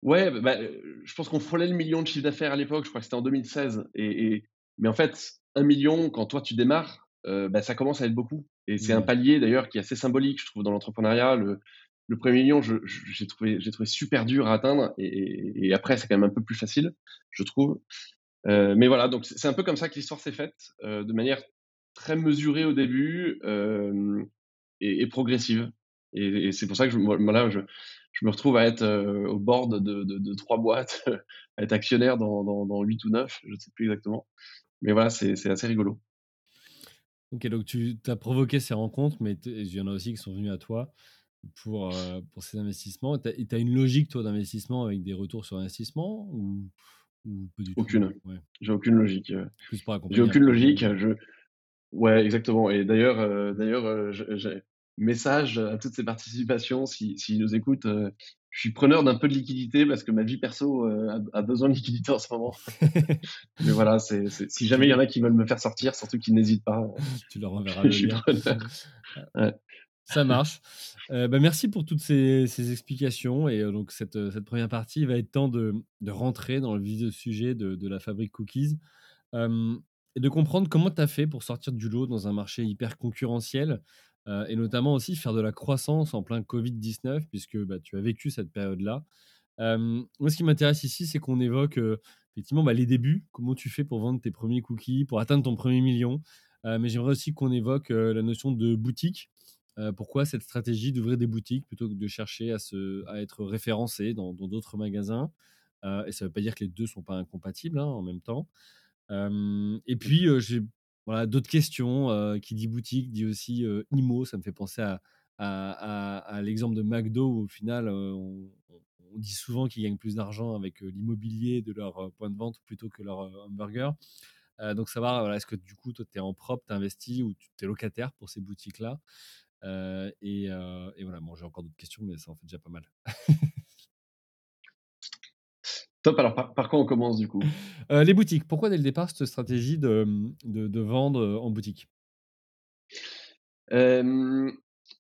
S1: Ouais, bah bah, heu, je pense qu'on frôlait le million de chiffre d'affaires à l'époque, je crois que c'était en deux mille seize et et mais en fait, un million quand toi tu démarres, heu, bah, ça commence à être beaucoup et c'est un
S2: Mmh.
S1: palier d'ailleurs qui est assez symbolique, je trouve, dans l'entrepreneuriat. Le le premier million, je je j'ai trouvé j'ai trouvé super dur à atteindre et et et après c'est quand même un peu plus facile, je trouve. Heu, mais voilà, donc c'est c'est un peu comme ça que l'histoire s'est faite, heu, de manière très mesurée au début, hem et et progressive et et c'est pour ça que je moi là, je je me retrouve à être, heu, au board de de de trois boîtes, à être actionnaire dans dans dans huit ou neuf, je ne sais plus exactement. Mais voilà, c'est c'est assez rigolo.
S2: OK, donc tu as provoqué ces rencontres, mais t il y en a aussi qui sont venus à toi pour, heu, pour ces investissements. Tu as et tu as une logique, toi, d'investissement avec des retours sur investissement ou ou pas du tout?
S1: Aucune.
S2: Ouais,
S1: J'ai aucune logique, heu,
S2: plus pour
S1: j'ai
S2: accompagner un
S1: aucune
S2: projet,
S1: logique,
S2: heu
S1: je ouais, exactement et d'ailleurs, heu d'ailleurs, heu, je j'ai message à toutes ces participations si s'ils nous écoutent, heu, je suis preneur d'un peu de liquidité parce que ma vie perso, heu, a a besoin de liquidité en ce moment. Mais voilà, c'est c'est si jamais il y en
S2: tu
S1: a qui veulent me faire sortir, surtout qu'ils n'hésitent pas,
S2: tu leur enverras
S1: je
S2: le
S1: suis
S2: lien.
S1: preneur. Ouais.
S2: Ça marche. Heu, bah, merci pour toutes ces ces explications et heu, donc cette, heu, cette première partie, il va être temps de de rentrer dans le vif du sujet de de la fabrique cookies. Hem et de comprendre comment tu as fait pour sortir du lot dans un marché hyper concurrentiel, heu et notamment aussi faire de la croissance en plein covid dix-neuf puisque, bah, tu as vécu cette période-là. Hem, moi, ce qui m'intéresse ici, c'est qu'on évoque, heu, effectivement, bah, les débuts. Comment tu fais pour vendre tes premiers cookies, pour atteindre ton premier million? Heu, mais j'aimerais aussi qu'on évoque, heu, la notion de boutique. Heu, pourquoi cette stratégie d'ouvrir des boutiques plutôt que de chercher à se à être référencé dans dans d'autres magasins? Heu et ça ne veut pas dire que les deux ne sont pas incompatibles, hein, en même temps. Hem et puis, heu, j'ai voilà, d'autres questions, heu, qui dit boutique dit aussi, heu, I M O. Ça me fait penser à à à à l'exemple de McDo où au final, heu, on on on dit souvent qu'ils gagnent plus d'argent avec, heu, l'immobilier de leur, heu, point de vente plutôt que leur, heu, hamburger. Heu, donc savoir, voilà, est-ce que du coup, toi, tu es en propre, tu investis ou tu es locataire pour ces boutiques-là? Heu et heu et voilà, bon, j'ai encore d'autres questions, mais ça en fait déjà pas mal.
S1: Top, alors par par quoi on commence du coup?
S2: Heu, les boutiques, pourquoi dès le départ cette stratégie de, mmh, de de vendre, heu, en boutique?
S1: Hem,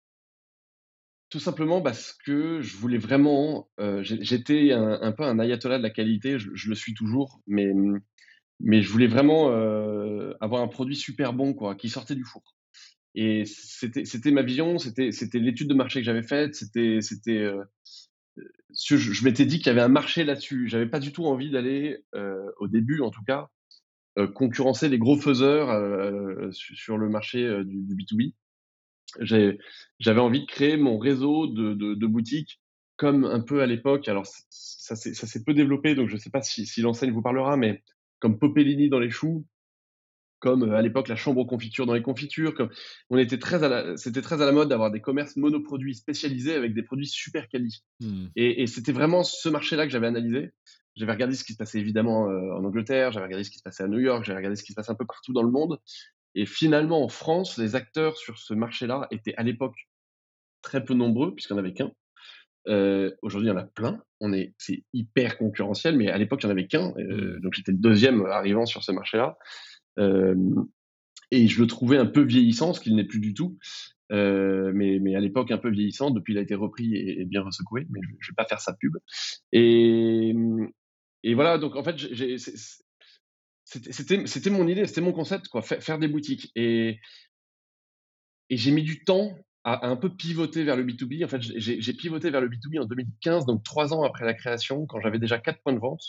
S1: tout simplement parce que je voulais vraiment, heu, j'ai j'étais un un peu un ayatollah de la qualité, je je le suis toujours, mais, mmh, mais je voulais vraiment, heu, avoir un produit super bon quoi, qui sortait du four et c'était c'était ma vision, c'était c'était l'étude de marché que j'avais faite, c'était c'était, heu, je je m'étais dit qu'il y avait un marché là-dessus. J'avais pas du tout envie d'aller, heu, au début en tout cas, heu, concurrencer les gros faiseurs, heu, su sur le marché, heu, du du B deux B. J'ai j'avais envie de créer mon réseau de de de boutiques comme un peu à l'époque, alors ç ça s'est ça s'est peu développé, donc je ne sais pas si si l'enseigne vous parlera, mais comme Popellini dans les choux, comme, heu, à l'époque la chambre aux confitures dans les confitures, comme on était très à la c'était très à la mode d'avoir des commerces monoproduits spécialisés avec des produits super quali
S2: Mmh.
S1: et et c'était vraiment ce marché-là que j'avais analysé. J'avais regardé ce qui se passait évidemment, heu, en Angleterre, j'avais regardé ce qui se passait à New York, j'avais regardé ce qui se passait un peu partout dans le monde et finalement en France, les acteurs sur ce marché-là étaient à l'époque très peu nombreux puisqu'il n'y en avait qu'un. Heu, aujourd'hui, il y en a plein. On est c'est hyper concurrentiel, mais à l'époque, il n'y en avait qu'un. Heu,
S2: Mmh.
S1: donc j'étais le deuxième arrivant sur ce marché-là. Hem et je le trouvais un peu vieillissant, ce qu'il n'est plus du tout. Heu, mais mais à l'époque un peu vieillissant. Depuis, il a été repris et et bien ressecoué, mais je ne vais pas faire sa pub. Et mmh et voilà, donc en fait, j'ai j'ai c'est c c'était c'était c'était mon idée, c'était mon concept quoi, fai faire des boutiques et et j'ai mis du temps à à un peu pivoter vers le B deux B. En fait, j'ai j'ai j'ai pivoté vers le B deux B en deux mille quinze, donc trois ans après la création, quand j'avais déjà quatre points de vente.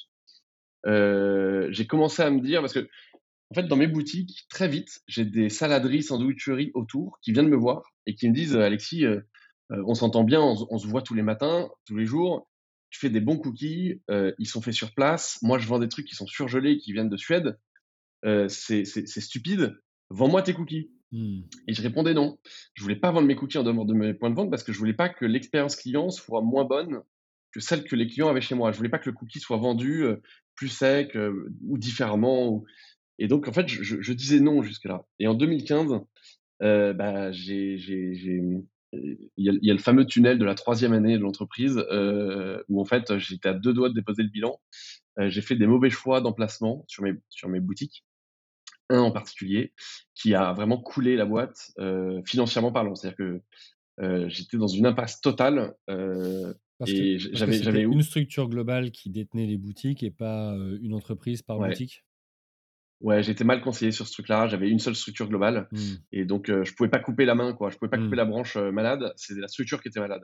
S1: Heu, j'ai commencé à me dire parce que en fait, dans mes boutiques, très vite, j'ai des saladeries, sandwicheries autour qui viennent me voir et qui me disent: «Heu, Alexis, heu heu, on s'entend bien, on se on se voit tous les matins, tous les jours. Tu fais des bons cookies, heu, ils sont faits sur place. Moi, je vends des trucs qui sont surgelés, qui viennent de Suède. Heu, c'est c'est c'est stupide. Vends-moi tes cookies».
S2: Mmh.
S1: Et je répondais non. Je voulais pas vendre mes cookies en dehors de mes points de vente parce que je voulais pas que l'expérience client soit moins bonne que celle que les clients avaient chez moi. Je voulais pas que le cookie soit vendu, heu, plus sec, heu, ou différemment ou et donc en fait, je je je disais non jusque-là et en deux mille quinze, heu, bah, j'ai j'ai j'ai, mmh, il y a il y a le fameux tunnel de la troisième année de l'entreprise, heu, où en fait, j'étais à deux doigts de déposer le bilan. Heu, j'ai fait des mauvais choix d'emplacement sur mes sur mes boutiques. Un en particulier qui a vraiment coulé la boîte, heu, financièrement parlant. C'est-à-dire que, heu, j'étais dans une impasse totale, heu
S2: Parce que
S1: et j
S2: parce que
S1: j'avais
S2: c'était
S1: j'avais
S2: une
S1: ou
S2: structure globale qui détenait les boutiques et pas, heu, une entreprise par
S1: ouais,
S2: boutique?
S1: ouais, j'étais mal conseillé sur ce truc-là. J'avais une seule structure globale
S2: Mmh.
S1: et donc heu, je pouvais pas couper la main, quoi. Je pouvais pas couper
S2: Mmh.
S1: la branche, heu, malade, c'est la structure qui était malade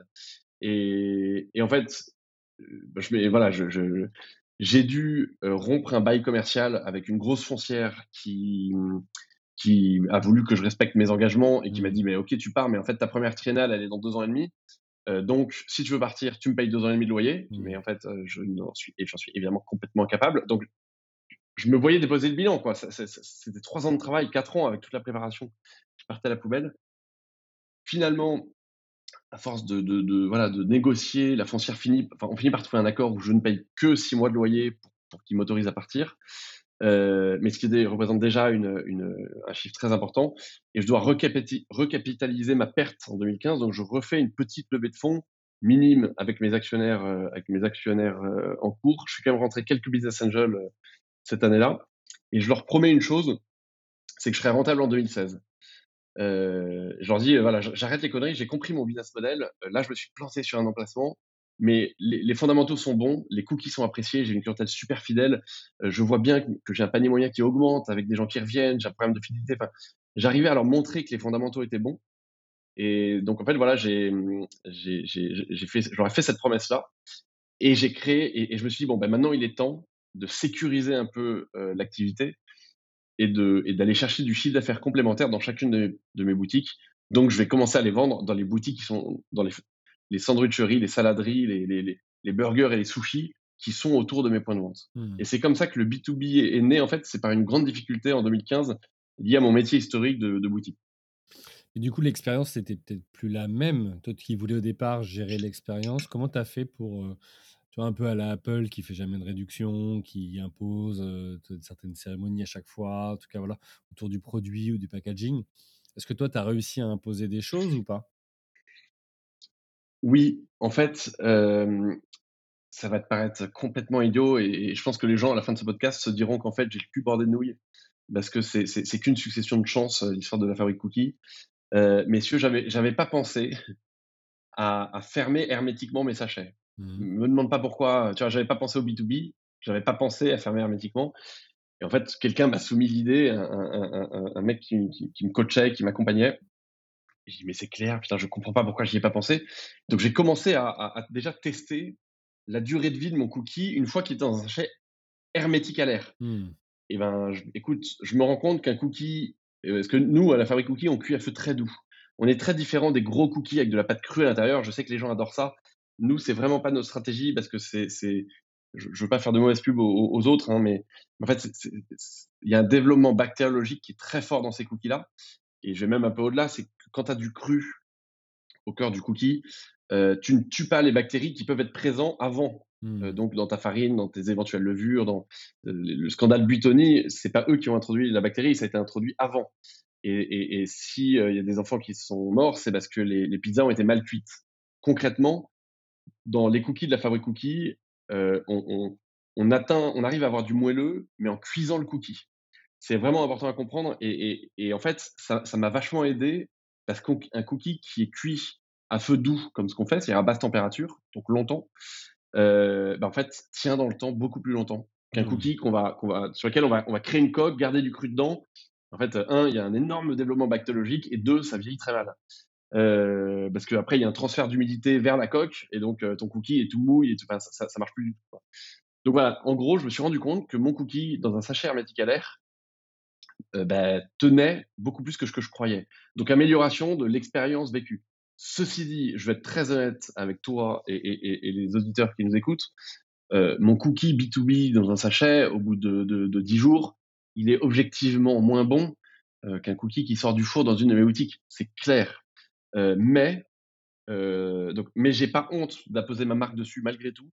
S1: et et en fait, heu, bah, je m'ai voilà, je je j'ai dû, heu, rompre un bail commercial avec une grosse foncière qui, mmh, qui a voulu que je respecte mes engagements et qui m'a
S2: Mmh.
S1: dit: «Mais OK, tu pars, mais en fait, ta première triennale, elle est dans deux ans et demi. Heu, donc si tu veux partir, tu me payes deux ans et demi de loyer». Mais
S2: Mmh.
S1: en fait, heu, je n'en suis et j'en suis évidemment complètement incapable. Donc je me voyais déposer le bilan, quoi. Ça ça ça c'était trois ans de travail, quatre ans avec toute la préparation qui partait à la poubelle. Finalement, à force de de de voilà, de négocier, la foncière finit enfin, on finit par trouver un accord où je ne paye que six mois de loyer pour pour qu'ils m'autorisent à partir. Heu, mais ce qui dé représente déjà une, une, un chiffre très important et je dois recapiti recapitaliser ma perte en deux mille quinze, donc je refais une petite levée de fonds minime avec mes actionnaires, heu, avec mes actionnaires, heu, en cours. Je suis quand même rentré quelques business angels, heu, cette année-là et je leur promets une chose, c'est que je serai rentable en deux mille seize. Heu, je leur dis, heu: «Voilà, j j'arrête les conneries, j'ai compris mon business model, heu, là, je me suis planté sur un emplacement, mais les les fondamentaux sont bons, les cookies sont appréciés, j'ai une clientèle super fidèle, heu, je vois bien que que j'ai un panier moyen qui augmente avec des gens qui reviennent, j'ai un problème de fidélité». Enfin, j'arrivais à leur montrer que les fondamentaux étaient bons et donc en fait, voilà, j'ai, mmh, j'ai j'ai j'ai j'ai fait je leur ai fait cette promesse-là et j'ai créé et et je me suis dit: «Bon, ben, maintenant, il est temps de sécuriser un peu, heu, l'activité et de et d'aller chercher du chiffre d'affaires complémentaire dans chacune de de mes boutiques. Donc je vais commencer à les vendre dans les boutiques qui sont dans les les sandwicheries, les saladeries, les les les les burgers et les sushis qui sont autour de mes points de vente
S2: Mmh.
S1: et c'est comme ça que le B deux B est est né, en fait, c'est par une grande difficulté en deux mille quinze liée à mon métier historique de de boutique.
S2: Et du coup, l'expérience, c'était peut-être plus la même. Toi qui voulais au départ gérer l'expérience, comment tu as fait pour, heu, tu vois, un peu à la Apple qui fait jamais de réduction, qui impose, heu, t certaines cérémonies à chaque fois, en tout cas, voilà, autour du produit ou du packaging. Est-ce que toi, tu as réussi à imposer des choses ou pas?
S1: Oui, en fait, hem, ça va te paraître complètement idiot et et je pense que les gens à la fin de ce podcast se diront qu'en fait, j'ai le cul bordé de nouilles parce que c'est c'est c'est qu'une succession de chance, heu, l'histoire de la fabrique cookie. Heu, messieurs, j'avais j'avais pas pensé à à fermer hermétiquement mes sachets.
S2: Mmh.
S1: Me demande pas pourquoi, tu vois? J'avais pas pensé au B deux B, j'avais pas pensé à fermer hermétiquement et en fait, quelqu'un m'a soumis l'idée, un un un un un mec qui qui qui me coachait, qui m'accompagnait. Et je dis: «Mais c'est clair, putain, je comprends pas pourquoi j'y ai pas pensé». Donc j'ai commencé à à à déjà tester la durée de vie de mon cookie une fois qu'il était dans un sachet hermétique à l'air.
S2: Mmh.
S1: Et ben, je écoute, je me rends compte qu'un cookie, heu, parce que nous, à la Fabrique Cookie, on cuit à feu très doux. On est très différent des gros cookies avec de la pâte crue à l'intérieur. Je sais que les gens adorent ça. Nous, c'est vraiment pas notre stratégie parce que c'est c'est je je veux pas faire de mauvaise pub aux aux autres, hein, mais en fait, c'est c'est c il y a un développement bactériologique qui est très fort dans ces cookies-là et je vais même un peu au-delà, c'est que quand tu as du cru au cœur du cookie, heu, tu ne tues pas les bactéries qui peuvent être présents avant. Heu,
S2: Mmh.
S1: donc dans ta farine, dans tes éventuelles levures, dans, heu, le scandale Buitoni, c'est pas eux qui ont introduit la bactérie, ça a été introduit avant et et et si, heu, il y a des enfants qui sont morts, c'est parce que les les pizzas ont été mal cuites. Concrètement, dans les cookies de la Fabrique Cookie, heu, on on on atteint on arrive à avoir du moelleux, mais en cuisant le cookie. C'est vraiment important à comprendre et et et en fait, ça ça m'a vachement aidé parce qu'un cookie qui est cuit à feu doux, comme ce qu'on fait, c'est-à-dire à basse température, donc longtemps, heu, bah, en fait, tient dans le temps beaucoup plus longtemps qu'un
S2: Mmh.
S1: cookie qu'on va qu'on va sur lequel on va on va créer une coque, garder du cru dedans. En fait, un, il y a un énorme développement bactériologique et deux, ça vieillit très mal. Heu, parce qu'après, il y a un transfert d'humidité vers la coque et donc heu, ton cookie est tout mou et tout enfin, ça ça ça marche plus du tout, quoi. Donc voilà, en gros, je me suis rendu compte que mon cookie, dans un sachet hermétique à l'air, heu, bah, tenait beaucoup plus que ce que je croyais. Donc amélioration de l'expérience vécue. Ceci dit, je vais être très honnête avec toi et et et et les auditeurs qui nous écoutent, heu, mon cookie B deux B dans un sachet, au bout de de de dix jours, il est objectivement moins bon, heu, qu'un cookie qui sort du four dans une de mes boutiques. C'est clair. Heu, mais heu, donc mais j'ai pas honte d'apposer ma marque dessus malgré tout,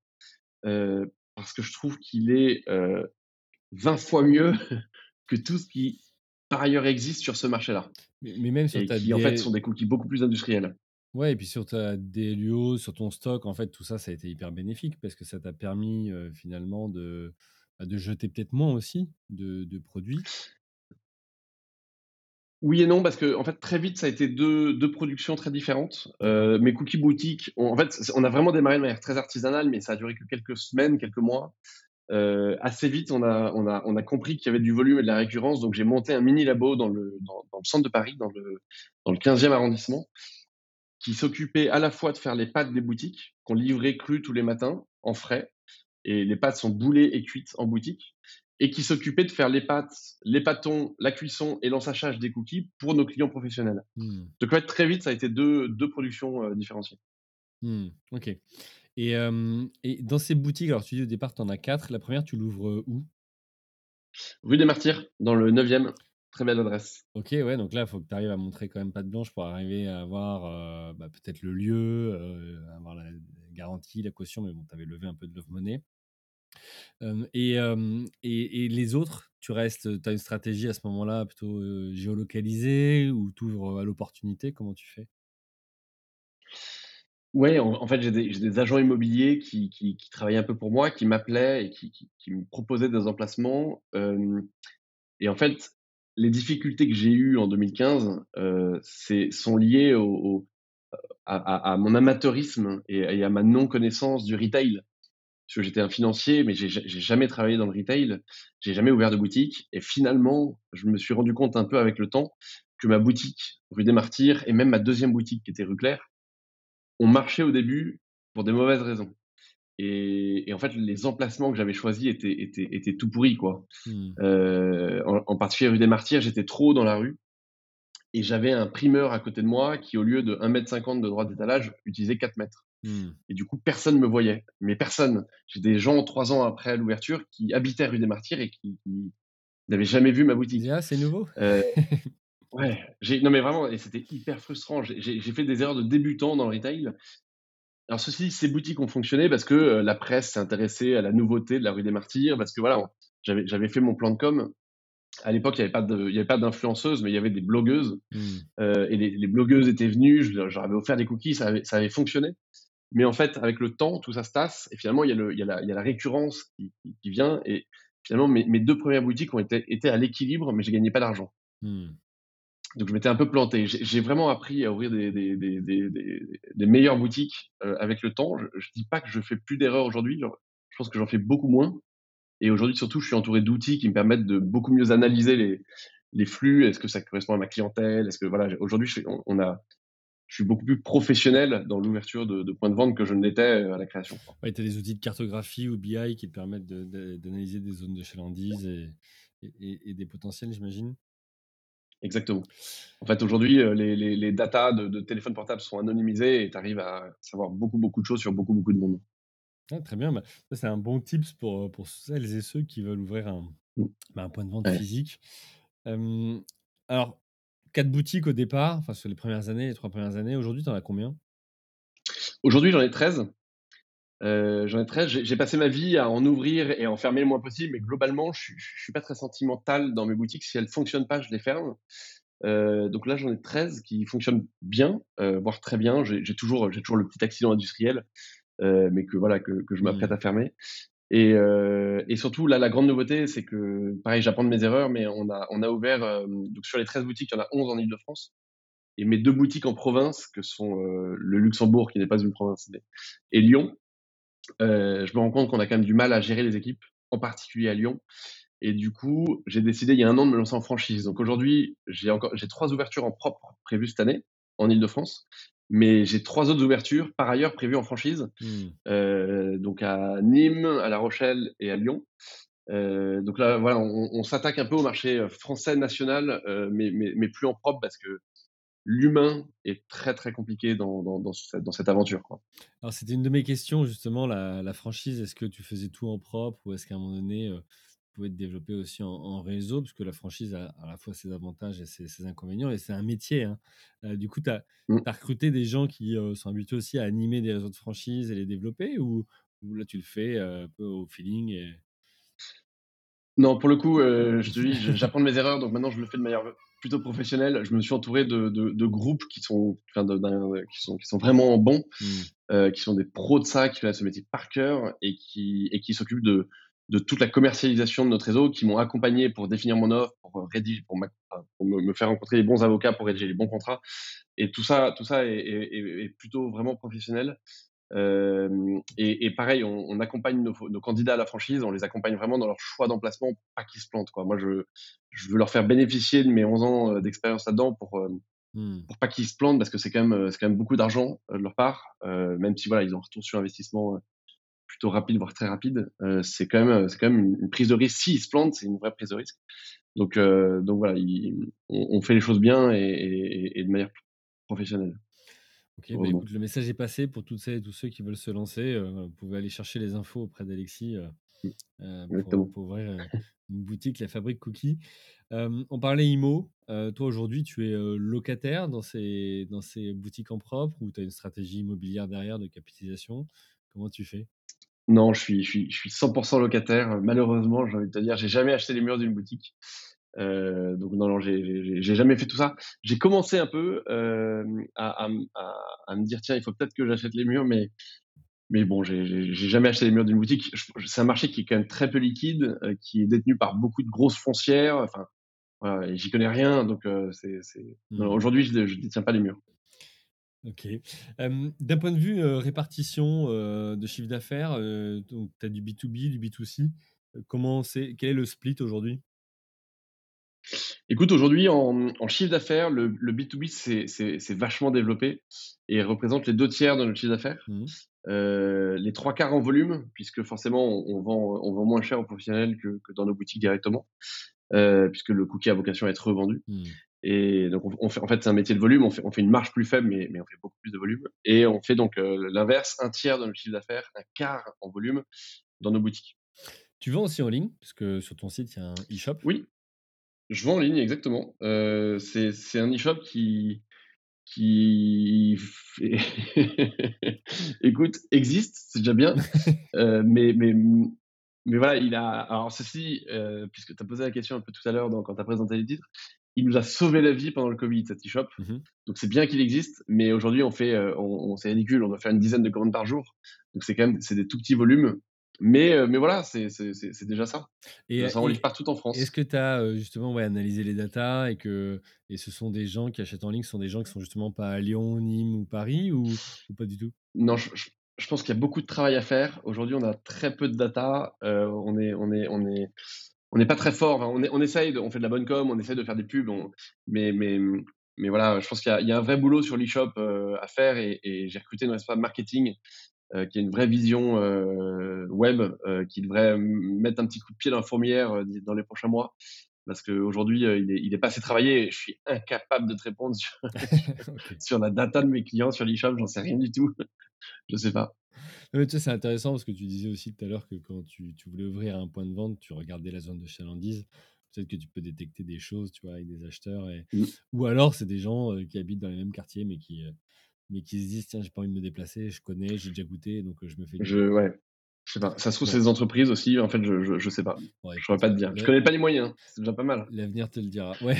S1: heu, parce que je trouve qu'il est, heu, vingt fois mieux que tout ce qui, par ailleurs, existe sur ce marché-là
S2: Mais mais même sur
S1: et
S2: ta
S1: qui, en fait, sont
S2: D
S1: des cookies beaucoup plus industriels.
S2: ouais et puis sur ta D L U O, sur ton stock, en fait, tout ça, ça a été hyper bénéfique parce que ça t'a permis, heu, finalement de, bah, de jeter peut-être moins aussi de de produits.
S1: Oui et non, parce que en fait, très vite, ça a été deux deux productions très différentes.
S2: D'accord.
S1: Heu, mes cookies boutiques, on en fait, c on a vraiment démarré de manière très artisanale, mais ça a duré que quelques semaines, quelques mois. Heu, assez vite, on a on a on a compris qu'il y avait du volume et de la récurrence, donc j'ai monté un mini labo dans le dans dans le centre de Paris, dans le dans le quinzième arrondissement, qui s'occupait à la fois de faire les pâtes des boutiques, qu'on livrait crues tous les matins, en frais, et les pâtes sont boulées et cuites en boutique, et qui s'occupait de faire les pâtes, les pâtons, la cuisson et l'ensachage des cookies pour nos clients professionnels.
S2: Mmh.
S1: Donc en fait, très vite, ça a été deux deux productions, heu, différenciées.
S2: Mmh. OK. Et hem et dans ces boutiques, alors tu dis au départ tu en as quatre. La première tu l'ouvres, heu, où?
S1: Rue des Martyrs, dans le neuvième, très belle adresse.
S2: OK, ouais, donc là, il faut que tu arrives à montrer quand même patte blanche pour arriver à avoir, heu, bah, peut-être le lieu, heu, avoir la garantie, la caution, mais bon, tu avais levé un peu de love money. Hem et hem et et les autres, tu restes tu as une stratégie à ce moment-là plutôt, heu, géolocalisée ou tu ouvres à l'opportunité? Comment tu fais?
S1: Ouais, en en fait, j'ai des j'ai des agents immobiliers qui qui qui travaillaient un peu pour moi, qui m'appelaient et qui qui qui me proposaient des emplacements, hem et en fait, les difficultés que j'ai eues en deux mille quinze, heu, c'est sont liées au au à à à mon amateurisme et et à ma non-connaissance du retail. Parce que j'étais un financier, mais j'ai ja j'ai jamais travaillé dans le retail, j'ai jamais ouvert de boutique, et finalement, je me suis rendu compte un peu avec le temps que ma boutique rue des Martyrs et même ma deuxième boutique qui était rue Claire ont marché au début pour des mauvaises raisons. Et et en fait, les emplacements que j'avais choisis étaient étaient étaient tout pourris, quoi.
S2: Mmh.
S1: Heu, en en particulier rue des Martyrs, j'étais trop haut dans la rue et j'avais un primeur à côté de moi qui, au lieu de un mètre cinquante de droite d'étalage, utilisait quatre mètres.
S2: Mmh.
S1: Et du coup, personne me voyait, mais personne. J'ai des gens trois ans après l'ouverture qui habitaient rue des Martyrs et qui qui n'avaient jamais vu ma
S2: Tu dis:
S1: boutique.
S2: «Ah, c'est nouveau?»
S1: Heu, ouais, j'ai non mais vraiment, et c'était hyper frustrant. J'ai j'ai j'ai fait des erreurs de débutant dans le retail. Alors ceci dit, ces boutiques ont fonctionné parce que, heu, la presse s'est intéressée à la nouveauté de la rue des Martyrs, parce que voilà, on j'avais j'avais fait mon plan de com. À l'époque, il y avait pas de il y avait pas d'influenceuses, mais il y avait des blogueuses,
S2: Mmh.
S1: heu et les les blogueuses étaient venues, je leur je leur avais offert des cookies, ça avait ça avait fonctionné. Mais en fait, avec le temps, tout ça se tasse et finalement, il y a le il y a la il y a la récurrence qui qui qui vient, et finalement mes mes deux premières boutiques ont été étaient à l'équilibre, mais je gagnais pas d'argent.
S2: Mmh.
S1: Donc je m'étais un peu planté. J'ai j'ai vraiment appris à ouvrir des des des des des des meilleures boutiques, heu, avec le temps. Je je dis pas que je fais plus d'erreurs aujourd'hui, genre, je pense que j'en fais beaucoup moins, et aujourd'hui, surtout, je suis entouré d'outils qui me permettent de beaucoup mieux analyser les les flux. Est-ce que ça correspond à ma clientèle? Est-ce que voilà, aujourd'hui, je fais on on a je suis beaucoup plus professionnel dans l'ouverture de de points de vente que je ne l'étais, heu, à la création, quoi.
S2: Ouais, tu as des outils de cartographie ou B I qui te permettent de de d'analyser des zones de chalandise et et et et des potentiels, j'imagine?
S1: Exactement. En fait, aujourd'hui, heu, les les les datas de de téléphones portables sont anonymisées et tu arrives à savoir beaucoup, beaucoup de choses sur beaucoup, beaucoup de monde.
S2: Ah, très bien, bah, ça, c'est un bon tips pour, heu, pour celles et ceux qui veulent ouvrir un,
S1: Mmh,
S2: bah, un point de vente
S1: ouais.
S2: physique. Hem, alors quatre boutiques au départ, enfin sur les premières années, les trois premières années. Aujourd'hui, tu en as combien?
S1: Aujourd'hui, j'en ai treize. Heu, j'en ai treize. J'ai j'ai passé ma vie à en ouvrir et à en fermer le moins possible, mais globalement, je suis je suis pas très sentimental dans mes boutiques. Si elles fonctionnent pas, je les ferme. Heu, donc là, j'en ai treize qui fonctionnent bien, heu, voire très bien. J'ai j'ai toujours j'ai toujours le petit accident industriel, heu, mais que voilà, que que je m'apprête
S2: Mmh.
S1: à fermer. Et heu et surtout là, la grande nouveauté, c'est que pareil, j'apprends de mes erreurs, mais on a on a ouvert, hem, donc sur les treize boutiques, il y en a onze en Île-de-France, et mes deux boutiques en province que sont, heu, le Luxembourg, qui n'est pas une province, mais et Lyon, heu, je me rends compte qu'on a quand même du mal à gérer les équipes, en particulier à Lyon. Et du coup, j'ai décidé il y a un an de me lancer en franchise. Donc aujourd'hui, j'ai encore j'ai trois ouvertures en propre prévues cette année en Île-de-France, mais j'ai trois autres ouvertures par ailleurs prévues en franchise,
S2: Mmh.
S1: heu, donc à Nîmes, à La Rochelle et à Lyon. Heu, donc là, voilà, on on s'attaque un peu au marché, heu, français national, heu, mais mais mais plus en propre, parce que l'humain est très, très compliqué dans dans dans cette dans cette aventure, quoi.
S2: Alors c'était une de mes questions justement, la la franchise. Est-ce que tu faisais tout en propre ou est-ce qu'à un moment donné, heu, tu pouvais te développer aussi en en réseau? Parce que la franchise a à la fois ses avantages et ses ses inconvénients et c'est un métier, hein. Heu, du coup, tu as
S1: Mmh.
S2: recruté des gens qui, heu, sont habitués aussi à animer des réseaux de franchise et les développer ou ou là tu le fais, heu, un peu au feeling et
S1: Non, pour le coup, heu, je te dis, je j'apprends de mes erreurs, donc maintenant je le fais de manière plutôt professionnelle. Je me suis entouré de de de groupes qui sont enfin de d'un qui sont qui sont vraiment bons,
S2: mmh.
S1: heu, qui sont des pros de ça, qui connaissent ce métier par cœur et qui et qui s'occupent de de toute la commercialisation de notre réseau, qui m'ont accompagné pour définir mon offre, pour rédiger, pour, pour me, me faire rencontrer les bons avocats pour rédiger les bons contrats. Et tout ça, tout ça est, est, est plutôt vraiment professionnel. Euh, et, et pareil, on, on accompagne nos, nos candidats à la franchise, on les accompagne vraiment dans leur choix d'emplacement pour pas qu'ils se plantent, quoi. Moi, je, je veux leur faire bénéficier de mes onze ans d'expérience là-dedans pour, euh, mmh. pour pas qu'ils se plantent, parce que c'est quand même, c'est quand même beaucoup d'argent euh, de leur part, euh, même si voilà, ils ont un retour sur investissement euh, plutôt rapide, voire très rapide. Euh, c'est quand même, c'est quand même une, une prise de risque. S'ils se plantent, c'est une vraie prise de risque. Donc, euh, donc voilà, il, on, on fait les choses bien et, et, et de manière professionnelle.
S2: Ok, bah écoute, le message est passé pour toutes celles et tous ceux qui veulent se lancer. Euh, vous pouvez aller chercher les infos auprès d'Alexis euh, euh, pour, pour ouvrir euh, une boutique, la Fabrique Cookie. Euh, on parlait I M O. Euh, toi, aujourd'hui, tu es euh, locataire dans ces, dans ces boutiques en propre ou tu as une stratégie immobilière derrière de capitalisation? Comment tu fais?
S1: Non, je suis, je, suis, je suis cent pour cent locataire. Malheureusement, j'ai envie de te dire, j'ai jamais acheté les murs d'une boutique. Euh, donc non, non, j'ai, j'ai jamais fait tout ça. J'ai commencé un peu euh, à, à, à, à me dire, tiens, il faut peut-être que j'achète les murs, mais mais bon, j'ai, j'ai, j'ai jamais acheté les murs d'une boutique. Je, c'est un marché qui est quand même très peu liquide, euh, qui est détenu par beaucoup de grosses foncières. Enfin, voilà, et j'y connais rien, donc euh, c'est, c'est... Mmh. Non, aujourd'hui, je ne détiens pas les murs.
S2: Ok. Euh, d'un point de vue euh, répartition euh, de chiffre d'affaires, euh, tu as du B deux B, du B deux C. Comment c'est, quel est le split aujourd'hui?
S1: Écoute, aujourd'hui, en, en chiffre d'affaires, le, le B deux B, c'est, c'est, c'est vachement développé et représente les deux tiers de notre chiffre d'affaires. Mmh. Euh, les trois quarts en volume, puisque forcément, on, on, vend, on vend moins cher aux professionnels que, que dans nos boutiques directement, euh, puisque le cookie a vocation à être revendu. Mmh. Et donc, on, on fait, en fait, c'est un métier de volume. On fait, on fait une marge plus faible, mais, mais on fait beaucoup plus de volume. Et on fait donc euh, l'inverse, un tiers de notre chiffre d'affaires, un quart en volume dans nos boutiques.
S2: Tu vends aussi en ligne, parce que sur ton site, il y a un e-shop.
S1: Oui, je vends en ligne, exactement. Euh, c'est, c'est un e-shop qui, qui fait... écoute, existe, c'est déjà bien. euh, mais, mais, mais voilà, il a. Alors, ceci, euh, puisque tu as posé la question un peu tout à l'heure donc, quand tu as présenté les titres, il nous a sauvé la vie pendant le Covid, cet e-shop. Mm-hmm. Donc, c'est bien qu'il existe, mais aujourd'hui, on fait, euh, on, on, c'est ridicule, on doit faire une dizaine de commandes par jour. Donc, c'est quand même c'est des tout petits volumes. Mais, euh, mais voilà, c'est, c'est, c'est, c'est déjà ça.
S2: Et,
S1: ça, on livre partout en France.
S2: Est-ce que tu as justement ouais, analysé les datas et que et ce sont des gens qui achètent en ligne, ce sont des gens qui sont justement pas à Lyon, Nîmes ou Paris ou, ou pas du tout?
S1: Non, je, je, je pense qu'il y a beaucoup de travail à faire. Aujourd'hui, on a très peu de data. Euh, on est, on est, on est, on n'est pas très fort. Enfin, on, est, on essaye, de, on fait de la bonne com, on essaye de faire des pubs. On, mais, mais, mais voilà, je pense qu'il y a, il y a un vrai boulot sur l'e-shop euh, à faire et, et j'ai recruté une responsable marketing euh, qui a une vraie vision euh, web, euh, qui devrait mettre un petit coup de pied dans la fourmilière euh, dans les prochains mois. Parce qu'aujourd'hui, euh, il, est, il est pas assez travaillé et je suis incapable de te répondre sur, okay. sur la data de mes clients sur l'e-shop, j'en sais rien du tout. Je sais pas.
S2: Mais tu sais, c'est intéressant parce que tu disais aussi tout à l'heure que quand tu, tu voulais ouvrir un point de vente, tu regardais la zone de chalandise. Peut-être que tu peux détecter des choses, tu vois, avec des acheteurs. Et... Mmh. Ou alors, c'est des gens euh, qui habitent dans les mêmes quartiers, mais qui, euh, mais qui se disent, tiens, j'ai pas envie de me déplacer, je connais, j'ai déjà goûté, donc euh, je me fais...
S1: Je, ouais. Je sais pas. Ça se trouve, bon. C'est des entreprises aussi. En fait, je, je, je sais pas. Ouais, je saurais pas te dire. Je connais pas les moyens. C'est déjà pas mal.
S2: L'avenir te le dira. Ouais.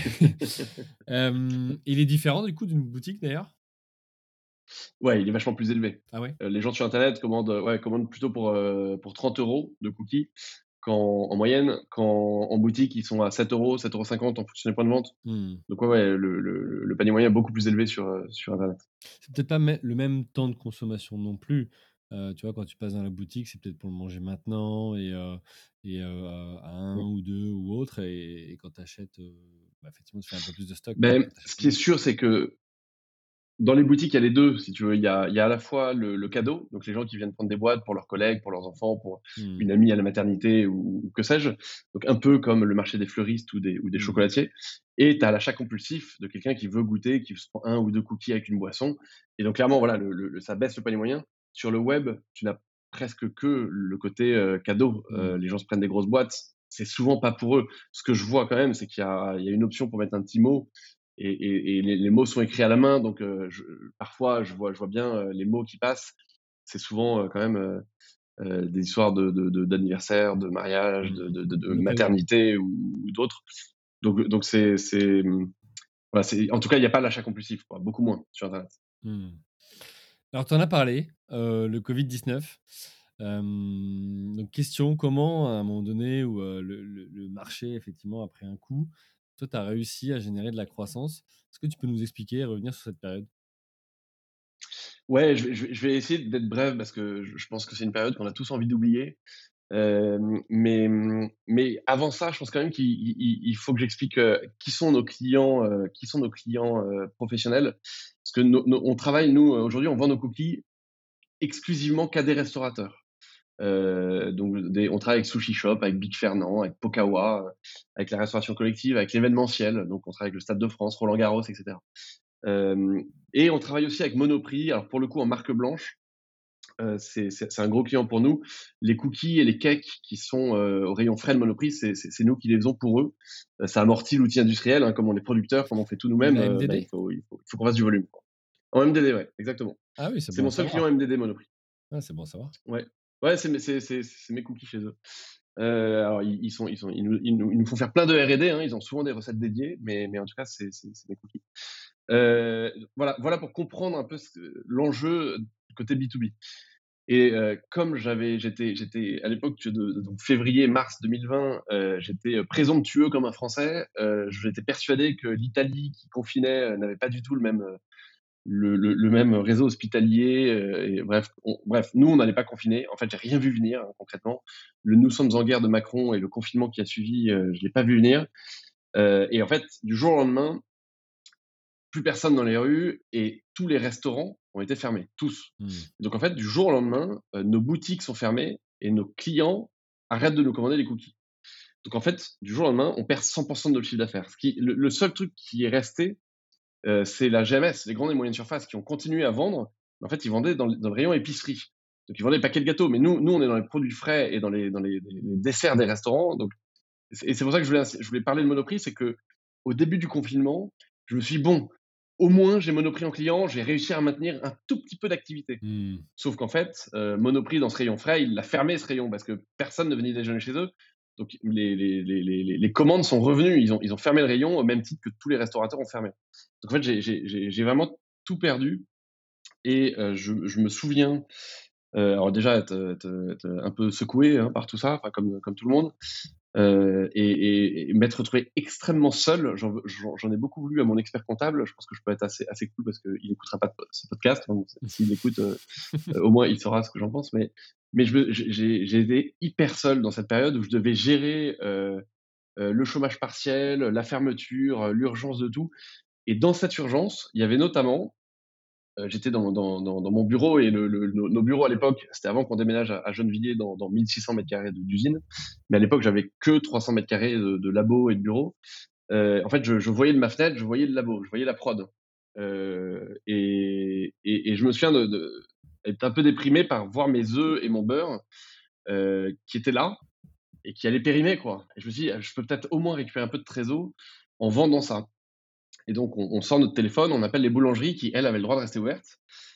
S2: euh, il est différent du coup d'une boutique d'ailleurs?
S1: Ouais, il est vachement plus élevé.
S2: Ah ouais?
S1: Euh, les gens sur Internet commandent, ouais, commandent plutôt pour, euh, pour trente euros de cookies quand, en moyenne, quand en boutique, ils sont à sept euros, sept euros cinquante en fonction des points de vente. Mmh. Donc, ouais, ouais le, le, le panier moyen est beaucoup plus élevé sur, euh, sur Internet.
S2: C'est peut-être pas le même temps de consommation non plus. Euh, tu vois, quand tu passes dans la boutique, c'est peut-être pour le manger maintenant et, euh, et euh, à un mmh. ou deux ou autre. Et, et quand tu achètes, euh, bah, effectivement, tu fais un peu plus de stock.
S1: Ben, ce qui est sûr, c'est que dans les boutiques, il y a les deux, si tu veux. Il y a, il y a à la fois le, le cadeau, donc les gens qui viennent prendre des boîtes pour leurs collègues, pour leurs enfants, pour mmh. une amie à la maternité ou, ou que sais-je. Donc un peu comme le marché des fleuristes ou des, ou des mmh. chocolatiers. Et tu as l'achat compulsif de quelqu'un qui veut goûter, qui se prend un ou deux cookies avec une boisson. Et donc clairement, voilà, le, le, ça baisse le panier moyen. Sur le web, tu n'as presque que le côté euh, cadeau. Mmh. Euh, les gens se prennent des grosses boîtes. C'est souvent pas pour eux. Ce que je vois quand même, c'est qu'il y a, il y a une option pour mettre un petit mot. Et, et, et les, les mots sont écrits à la main, donc euh, je, parfois je vois, je vois bien euh, les mots qui passent. C'est souvent euh, quand même euh, euh, des histoires de, de, de, d'anniversaire, de mariage, de, de, de, de maternité ou, ou d'autres. Donc, donc c'est, c'est, voilà, c'est, en tout cas, il n'y a pas l'achat compulsif, quoi, beaucoup moins sur Internet.
S2: Mmh. Alors, tu en as parlé, euh, le covid dix-neuf. Hem, donc question, comment à un moment donné où, heu, le le le marché effectivement a pris un coup, toi tu as réussi à générer de la croissance? Est-ce que tu peux nous expliquer et revenir sur cette période?
S1: Ouais, je vais je vais je vais essayer d'être bref parce que je je pense que c'est une période qu'on a tous envie d'oublier. Hem, mais, mmh, mais avant ça, je pense quand même qu'il il il il faut que j'explique, heu, qui sont nos clients, heu, qui sont nos clients, heu, professionnels. Parce que nos nos on travaille nous, heu, aujourd'hui, on vend nos cookies exclusivement qu'à des restaurateurs. Heu, donc des on travaille avec Sushi Shop, avec Big Fernand, avec Pokawa, heu, avec la restauration collective, avec l'événementiel, donc on travaille avec le Stade de France, Roland Garros, et cetera. Hem et on travaille aussi avec Monoprix, alors pour le coup en marque blanche. Heu, c'est c'est c'est un gros client pour nous. Les cookies et les cakes qui sont, heu, au rayon frais de Monoprix, c'est c'est c'est nous qui les faisons pour eux. Heu, ça amortit l'outil industriel, hein, comme on est producteur, comme on fait tout
S2: De
S1: nous-mêmes,
S2: la
S1: heu, bah, il
S2: M D D?
S1: faut il faut il faut qu'on fasse du volume, quoi. En M D D, ouais, exactement.
S2: Ah oui, c'est
S1: C'est
S2: bon à
S1: mon seul client
S2: savoir.
S1: M D D Monoprix.
S2: Ah, c'est bon à savoir.
S1: Ouais. Ouais, c'est mes c'est c'est c'est mes cookies chez eux. Heu, alors ils ils sont ils sont ils nous ils nous ils nous font faire plein de R et D, hein, ils ont souvent des recettes dédiées, mais mais en tout cas, c'est c'est c'est mes cookies. Heu, voilà voilà pour comprendre un peu ce l'enjeu du côté B deux B. Et heu, comme j'avais j'étais j'étais à l'époque de de donc février-mars deux mille vingt, heu, j'étais, heu, présomptueux comme un Français, heu, j'étais persuadé que l'Italie qui confinait, heu, n'avait pas du tout le même, heu, le le le même réseau hospitalier, heu et bref, on bref, nous, on n'allait pas confiner. En fait, j'ai rien vu venir, hein, concrètement. Le «Nous sommes en guerre» de Macron et le confinement qui a suivi, heu, je l'ai pas vu venir, heu et en fait, du jour au lendemain, plus personne dans les rues et tous les restaurants ont été fermés, tous.
S2: Mmh.
S1: Donc en fait, du jour au lendemain, heu, nos boutiques sont fermées et nos clients arrêtent de nous commander les cookies. Donc en fait, du jour au lendemain, on perd cent de notre chiffre d'affaires. Ce qui le le seul truc qui est resté, heu, c'est la G M S, les grandes et moyennes surfaces qui ont continué à vendre. Mais en fait, ils vendaient dans le dans le rayon épicerie. Donc ils vendaient des paquets de gâteaux, mais nous nous, on est dans les produits frais et dans les dans les les les desserts des restaurants. Donc et c'est pour ça que je voulais je voulais parler de Monoprix, c'est que au début du confinement, je me suis dit: «Bon, au moins j'ai Monoprix en client, j'ai réussi à maintenir un tout petit peu d'activité».
S2: Mmh.
S1: Sauf qu'en fait, heu, Monoprix dans ce rayon frais, il l'a fermé ce rayon parce que personne ne venait déjeuner chez eux. Donc les les les les les les commandes sont revenues, ils ont ils ont fermé le rayon au même titre que tous les restaurateurs ont fermé. Donc en fait, j'ai j'ai j'ai j'ai vraiment tout perdu et heu, je je me souviens, heu, alors déjà être, être, être un peu secoué, hein, par tout ça, enfin comme comme tout le monde. Heu et et et m'être retrouvé extrêmement seul. J'en veux j'en j'en ai beaucoup voulu à mon expert comptable. Je pense que je peux être assez assez cool parce qu'il écoutera pas ce podcast. Donc s'il écoute, heu, au moins il saura ce que j'en pense. Mais mais je me j'ai j'ai j'ai été hyper seul dans cette période où je devais gérer, heu heu, le chômage partiel, la fermeture, heu, l'urgence de tout. Et dans cette urgence, il y avait notamment, heu, j'étais dans dans dans dans mon bureau et le le nos nos bureaux à l'époque, c'était avant qu'on déménage à à Gennevilliers dans dans mille six cents mètres carrés de d'usine. Mais à l'époque, j'avais que trois cents mètres carrés de de labo et de bureau. Heu, en fait, je je voyais de ma fenêtre, je voyais le labo, je voyais la prod. Heu et et et je me souviens de de d'être un peu déprimé par voir mes œufs et mon beurre, heu, qui étaient là et qui allaient périmer, quoi. Et je me suis dit: «Je peux peut-être au moins récupérer un peu de trésor en vendant ça». Et donc on on sort notre téléphone, on appelle les boulangeries qui, elles, avaient le droit de rester ouvertes.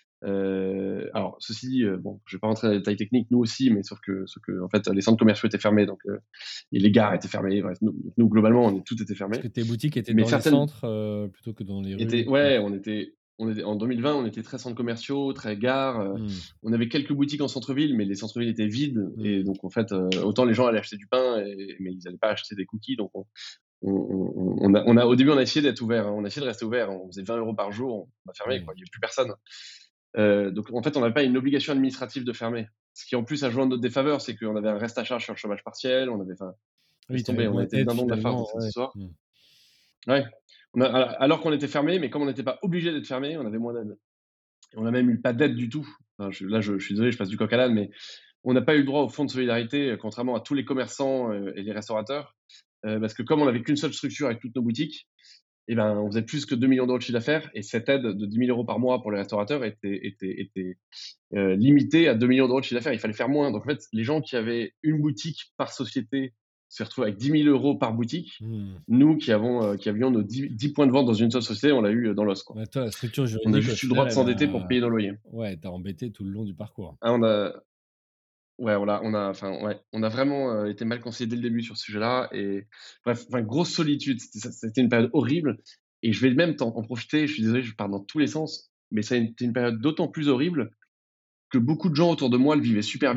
S1: Heu, alors ceci dit, heu, bon, je vais pas rentrer dans les détails techniques, nous aussi, mais sauf que sauf que en fait, les centres commerciaux étaient fermés, donc heu et les gares étaient fermées. Bref, nous nous globalement, on est tout était
S2: Est-ce
S1: fermé.
S2: que tes boutiques étaient
S1: Mais
S2: dans les
S1: certaines
S2: centres, heu, plutôt que dans les rues
S1: étaient
S2: et cetera?
S1: ouais, on était on était en deux mille vingt, on était très centres commerciaux, très gares, heu,
S2: Mmh.
S1: on avait quelques boutiques en centre-ville, mais les centres-villes étaient vides et
S2: Mmh.
S1: donc en fait, heu, autant les gens allaient acheter du pain et mais ils allaient pas acheter des cookies, donc on on on on a on a au début, on a essayé d'être ouvert, hein, on a essayé de rester ouvert, on faisait vingt euros par jour, on a fermé,
S2: Oui.
S1: quoi, il y avait plus personne. Heu, donc en fait, on n'avait pas une obligation administrative de fermer. Ce qui en plus a joué en notre défaveur, c'est qu'on avait un reste à charge sur le chômage partiel, on avait enfin,
S2: Oui,
S1: laisse
S2: tu avais
S1: tomber, on a
S2: moins
S1: été le
S2: d'aide
S1: dindon de la farce dans
S2: finalement,
S1: cette
S2: ouais.
S1: histoire.
S2: Mmh.
S1: Ouais, on a alors qu'on était fermé, mais comme on n'était pas obligé d'être fermé, on avait moins d'aide. Et on a même eu pas d'aide du tout. Enfin, je là, je je suis désolé, je passe du coq à l'âne, mais on n'a pas eu le droit au fonds de solidarité, heu, contrairement à tous les commerçants, heu et les restaurateurs, heu, parce que comme on avait qu'une seule structure avec toutes nos boutiques, et ben, on faisait plus que deux millions d'euros de chiffre d'affaires et cette aide de dix mille euros par mois pour les restaurateurs était était était, heu, limitée à deux millions d'euros de chiffre d'affaires. Il fallait faire moins. Donc en fait, les gens qui avaient une boutique par société se retrouvaient avec dix mille euros par boutique.
S2: Mmh.
S1: Nous qui avons, heu, qui avions nos dix dix points de vente dans une seule société, on l'a eu, heu, dans l'os, quoi.
S2: Ouais, toi, la structure
S1: On a
S2: juridique au
S1: juste eu le droit
S2: final,
S1: de
S2: elle
S1: s'endetter pour
S2: a
S1: payer nos loyers.
S2: ouais, t'a embêté tout le long du parcours.
S1: Ah, on a ouais, on a on a enfin, ouais, on a vraiment, heu, été mal conseillés dès le début sur ce sujet-là et bref, enfin, grosse solitude. C'était ça c'était une période horrible et je vais même t'en en profiter. Je suis désolé, je pars dans tous les sens, mais ça a été une période d'autant plus horrible que beaucoup de gens autour de moi le vivaient super bien.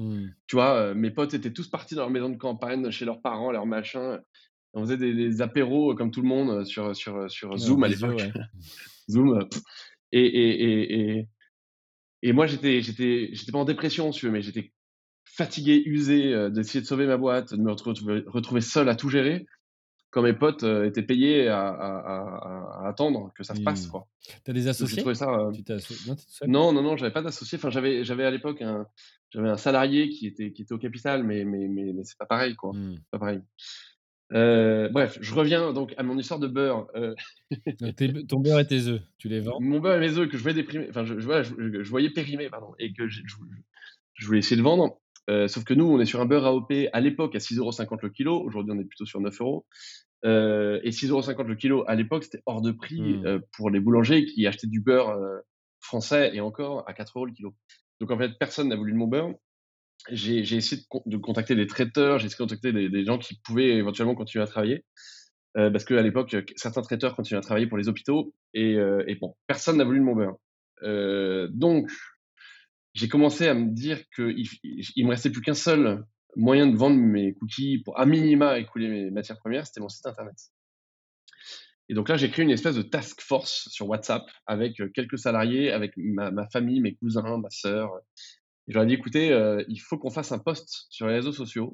S2: Mmh.
S1: Tu vois, heu, mes potes étaient tous partis dans leur maison de campagne, chez leurs parents, leurs machins. On faisait des des apéros, comme tout le monde, heu, sur, sur, heu, sur
S2: Ouais, en
S1: Zoom à
S2: visio,
S1: l'époque.
S2: ouais.
S1: Zoom, heu, et et et et et moi j'étais j'étais j'étais pas en dépression, si tu veux, mais j'étais fatigué, usé, heu, d'essayer de sauver ma boîte, de me retrouver retrouver seul à tout gérer, quand mes potes, heu, étaient payés à à à à attendre que ça se passe,
S2: Mmh.
S1: quoi.
S2: Tu as des
S1: Donc j'ai
S2: associés?
S1: trouvé ça, heu
S2: Tu t'es asso non, tu es tout seul?
S1: non, non, non, j'avais pas d'associé. Enfin, j'avais j'avais à l'époque un j'avais un salarié qui était qui était au capital, mais mais mais mais c'est pas pareil, quoi.
S2: Mmh.
S1: C'est pas pareil. Heu, bref, je reviens donc à mon histoire de beurre. Heu,
S2: Donc tes b ton beurre et tes œufs, tu les vends?
S1: mon beurre et mes œufs que je voyais déprimer, enfin, je je voilà, je je je voyais périmer, pardon, et que je je je voulais essayer de vendre. Heu, sauf que nous, on est sur un beurre A O P à l'époque à six euros cinquante le kilo. Aujourd'hui, on est plutôt sur neuf euros. Heu, et six euros cinquante le kilo à l'époque, c'était hors de prix,
S2: Mmh.
S1: heu, pour les boulangers qui achetaient du beurre, heu, français, et encore à quatre euros le kilo. Donc en fait, personne n'a voulu de mon beurre. J'ai j'ai essayé de con de contacter des traiteurs, j'ai essayé de contacter des des gens qui pouvaient éventuellement continuer à travailler, heu, parce qu'à l'époque, heu, certains traiteurs continuaient à travailler pour les hôpitaux, et heu et bon, personne n'a voulu de mon beurre. Heu, donc j'ai commencé à me dire qu'il f il me restait plus qu'un seul moyen de vendre mes cookies pour à minima écouler mes matières premières, c'était mon site internet. Et donc là, j'ai créé une espèce de task force sur WhatsApp avec, heu, quelques salariés, avec ma ma famille, mes cousins, ma sœur. Et je leur ai dit: «Écoutez, heu, il faut qu'on fasse un post sur les réseaux sociaux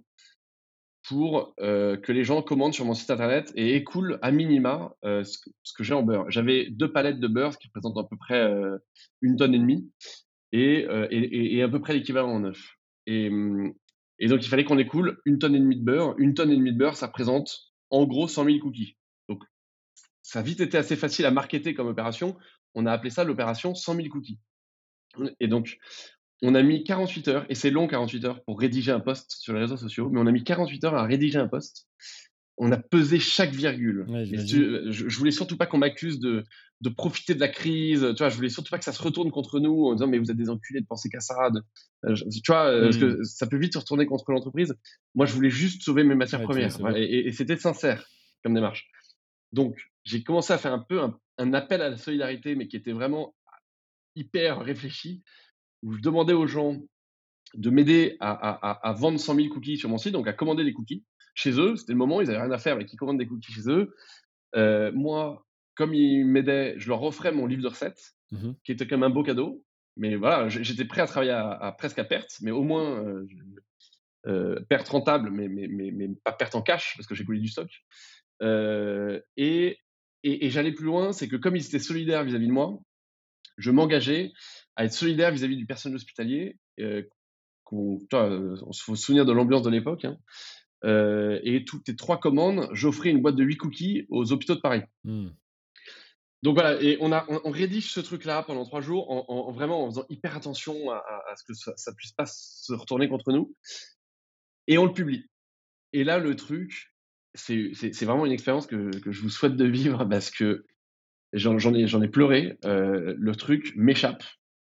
S1: pour, heu, que les gens commandent sur mon site internet et écoulent à minima, heu, ce que ce que j'ai en beurre». J'avais deux palettes de beurre, ce qui représente à peu près, heu, une tonne et demie, et heu et et et à peu près l'équivalent en œufs. Et mmh et donc il fallait qu'on écoule une tonne et demie de beurre. Une tonne et demie de beurre, ça représente en gros cent mille cookies. Donc ça a vite été assez facile à marketer comme opération. On a appelé ça l'opération cent mille cookies. Et donc on a mis quarante-huit heures, et c'est long quarante-huit heures pour rédiger un post sur les réseaux sociaux, mais on a mis quarante-huit heures à rédiger un post. On a pesé chaque virgule.
S2: Ouais,
S1: Mais si
S2: j'imagine.
S1: tu je je voulais surtout pas qu'on m'accuse de de profiter de la crise, tu vois? Je voulais surtout pas que ça se retourne contre nous en disant: «Mais vous êtes des enculés de penser qu'à ça», de heu, je tu vois? Heu, parce
S2: Mmh.
S1: que ça peut vite se retourner contre l'entreprise. Moi, je voulais juste sauver mes matières
S2: Ouais, tu voulais
S1: premières,
S2: sauver.
S1: voilà, et et et c'était sincère comme démarche. Donc j'ai commencé à faire un peu un un appel à la solidarité, mais qui était vraiment hyper réfléchi, où je demandais aux gens de m'aider à, à, à, à vendre cent mille cookies sur mon site, donc à commander des cookies chez eux. C'était le moment, ils n'avaient rien à faire, mais qu'ils commandent des cookies chez eux. Euh, moi, comme ils m'aidaient, je leur offrais mon livre de recettes,
S2: Mmh mh.
S1: qui était comme un beau cadeau. Mais voilà, j'étais prêt à travailler à, à presque à perte, mais au moins euh, euh, perte rentable, mais, mais, mais, mais pas perte en cash, parce que j'ai coulé du stock. Euh, et et, et j'allais plus loin, c'est que comme ils étaient solidaires vis-à-vis de moi, je m'engageais à être solidaire vis-à-vis du personnel hospitalier. Euh, qu'on, toi, euh, on se faut se souvenir de l'ambiance de l'époque, hein. Euh, et toutes les trois commandes, j'offrais une boîte de huit cookies aux hôpitaux de Paris.
S2: Mmh.
S1: Donc voilà, et on, a, on, on rédige ce truc-là pendant trois jours, en, en, en vraiment en faisant hyper attention à, à, à ce que ça, ça puisse pas se retourner contre nous, et on le publie. Et là, le truc, c'est, c'est, c'est vraiment une expérience que, que je vous souhaite de vivre, parce que j'en, j'en ai, j'en ai pleuré. Euh, le truc m'échappe.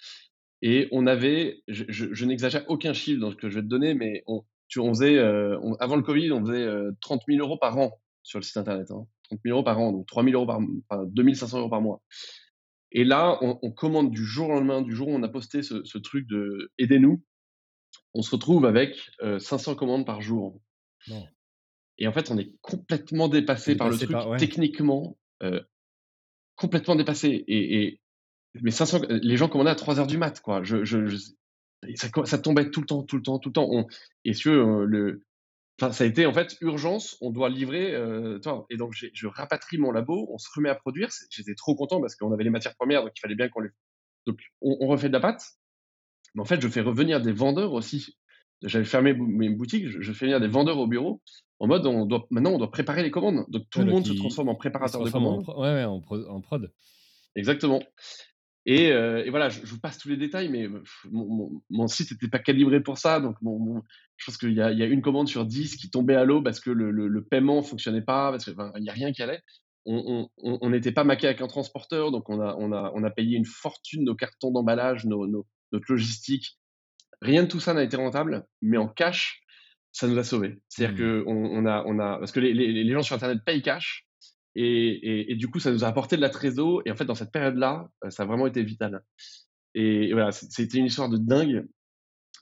S1: Et on avait, je, je, je n'exagère aucun chiffre dans ce que je vais te donner, mais on, tu, on faisait, euh, on- avant le Covid, on faisait euh, trente mille euros par an sur le site internet. Hein. trente mille euros par an, donc trois mille euros par, enfin, deux mille cinq cents euros par mois. Et là, on, on commande du jour au lendemain, du jour où on a posté ce, ce truc de aidez-nous, on se retrouve avec euh, cinq cents commandes par jour.
S2: Non.
S1: Et en fait, on est complètement dépassé par le
S2: Dépassé par
S1: truc,
S2: ouais.
S1: techniquement, euh, complètement dépassé. Et, et mais cinq cents, les gens commandaient à trois heures du mat, quoi. Je, je, je- et ça, ça tombait tout le temps, tout le temps, tout le temps. On, et si tu veux, euh, le, enfin, ça a été en fait urgence, on doit livrer. Euh, toi, et donc, j'ai- je rapatrie mon labo, on se remet à produire. C'est- J'étais trop content parce qu'on avait les matières premières, donc il fallait bien qu'on les. Donc, on, on refait de la pâte. Mais en fait, je fais revenir des vendeurs aussi. J'avais fermé bou- mes boutiques, je, je fais venir des vendeurs au bureau en mode on doit, maintenant on doit préparer les commandes. Donc tout
S2: Ouais,
S1: le
S2: donc
S1: monde se
S2: il
S1: transforme en
S2: il se
S1: préparateur de
S2: transforme en
S1: commandes.
S2: pro ouais, ouais, en pro en prod.
S1: Exactement. Et, euh, et voilà, je, je vous passe tous les détails, mais pff, mon, mon, mon site n'était pas calibré pour ça. Donc, mon, mon- je pense qu'il y a, il y a une commande sur dix qui tombait à l'eau parce que le, le, le paiement fonctionnait pas, parce qu'il n'y a rien qui allait. On on- on n'était pas maqué avec un transporteur, donc on a, on, a, on a payé une fortune nos cartons d'emballage, nos, nos, notre logistique. Rien de tout ça n'a été rentable, mais en cash, ça nous a sauvés. C'est-à-dire
S2: Mmh.
S1: que on, on a, on a, parce que les, les, les gens sur Internet payent cash, et, et, et du coup, ça nous a apporté de la trésor. Et en fait, dans cette période-là, euh, ça a vraiment été vital. Et voilà, c'était une histoire de dingue.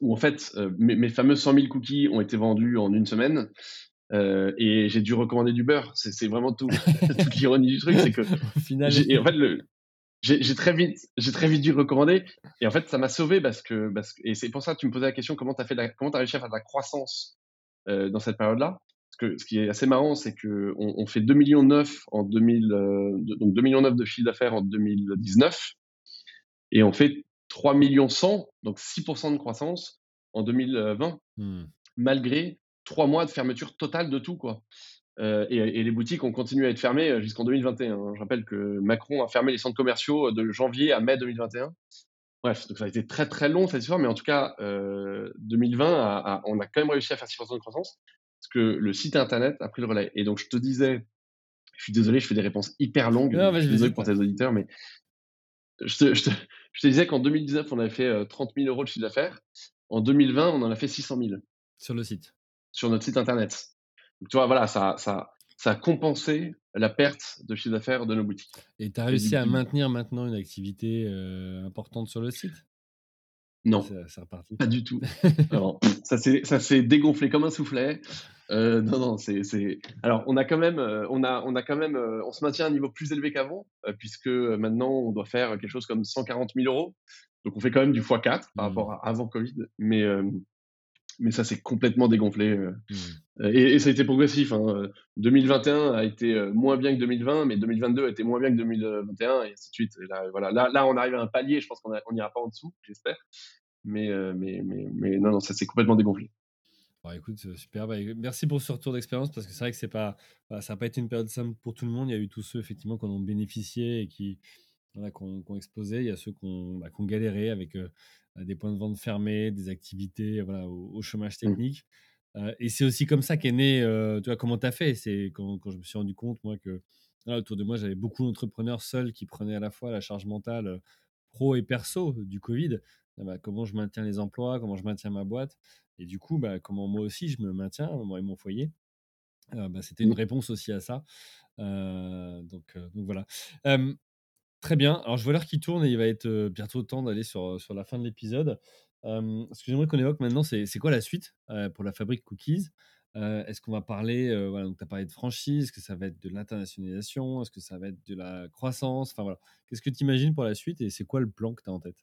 S1: où en fait, euh, mes, mes fameux cent mille cookies ont été vendus en une semaine. Euh, et j'ai dû recommander du beurre. C'est, c'est vraiment tout, toute l'ironie du truc, c'est que
S2: Au final,
S1: j'ai, et en fait, le, j'ai, j'ai très vite, j'ai très vite dû recommander. Et en fait, ça m'a sauvé parce que, parce que, et c'est pour ça que tu me posais la question, comment t'as fait, de la, comment t'as réussi à faire de la croissance euh, dans cette période-là. Parce que ce qui est assez marrant, c'est que on, on fait deux millions neuf en deux mille, euh, de- donc deux millions neuf de chiffre d'affaires en deux mille dix-neuf, et on fait trois millions cent, donc six pour cent de croissance en deux mille vingt,
S2: hmm.
S1: malgré trois mois de fermeture totale de tout, quoi. Euh, et, et les boutiques ont continué à être fermées euh, jusqu'en deux mille vingt et un. Je rappelle que Macron a fermé les centres commerciaux de janvier à mai deux mille vingt et un. Bref, donc ça a été très très long cette histoire, mais en tout cas, euh, deux mille vingt, a, a, on a quand même réussi à faire six pour cent de croissance parce que le site internet a pris le relais. Et donc je te disais, je suis désolé, je fais des réponses hyper longues,
S2: Non,
S1: je
S2: vas-y,
S1: suis
S2: vas-y,
S1: désolé pour
S2: t'as-
S1: tes auditeurs, mais je te, je te, je te disais qu'en deux mille dix-neuf, on avait fait euh, trente mille euros de chiffre d'affaires. En deux mille vingt, on en a fait six cent mille
S2: sur le site.
S1: sur notre site internet. Donc tu vois, voilà, ça, ça, ça a compensé la perte de chiffre d'affaires de nos boutiques.
S2: Et tu as
S1: Et du,
S2: réussi à
S1: du-
S2: maintenir maintenant une activité euh, importante sur le site? Ça,
S1: non,
S2: c'est c'est reparti.
S1: pas du tout. Alors, ça s'est, ça s'est dégonflé comme un soufflet. Euh, non, non, c'est, c'est. Alors, on a quand même, euh, on a, on a quand même, euh, on se maintient à un niveau plus élevé qu'avant, euh, puisque euh, maintenant on doit faire quelque chose comme cent quarante mille euros. Donc, on fait quand même du fois quatre par
S2: Hmm,
S1: rapport à avant Covid, mais, euh, mais ça s'est complètement dégonflé. euh.
S2: hmm.
S1: Et, et ça a été progressif. Hein. deux mille vingt et un a été euh, moins bien que deux mille vingt, mais deux mille vingt-deux a été moins bien que deux mille vingt et un, et ainsi de suite. Et là, voilà, là, là, on arrive à un palier. Je pense qu'on a- on n'ira pas en dessous, j'espère. Mais, euh, mais, mais, mais non, non, ça s'est complètement dégonflé.
S2: Bon, écoute, euh, super. Bah, merci pour ce retour d'expérience parce que c'est vrai que c'est pas, voilà, ça n'a pas été une période simple pour tout le monde. Il y a eu tous ceux effectivement qui en ont bénéficié et qui, voilà, qui ont, qui ont explosé. Il y a ceux qui ont, bah, qui ont galéré avec euh, des points de vente fermés, des activités, voilà, au, au chômage
S1: Mm.
S2: technique. Euh, et c'est aussi comme ça qu'est né, euh, tu vois, comment tu as fait. C'est quand, quand je me suis rendu compte, moi, que voilà, autour de moi, j'avais beaucoup d'entrepreneurs seuls qui prenaient à la fois la charge mentale euh, pro et perso du Covid. Ah bah, comment je maintiens les emplois, comment je maintiens ma boîte. Et du coup, bah, comment moi aussi je me maintiens, moi et mon foyer. Euh, bah, c'était une
S1: Mm.
S2: réponse aussi à ça. Euh, donc, euh, donc voilà. Euh, Très bien. Alors, je vois l'heure qui tourne et il va être euh, bientôt temps d'aller sur, sur la fin de l'épisode. Euh, ce que j'aimerais qu'on évoque maintenant, c'est c'est quoi la suite euh, pour la fabrique Cookies. Euh, Est-ce qu'on va parler, euh, voilà, donc tu as parlé de franchise, est-ce que ça va être de l'internationalisation, est-ce que ça va être de la croissance, enfin voilà. Qu'est-ce que tu imagines pour la suite et c'est quoi le plan que tu as en tête?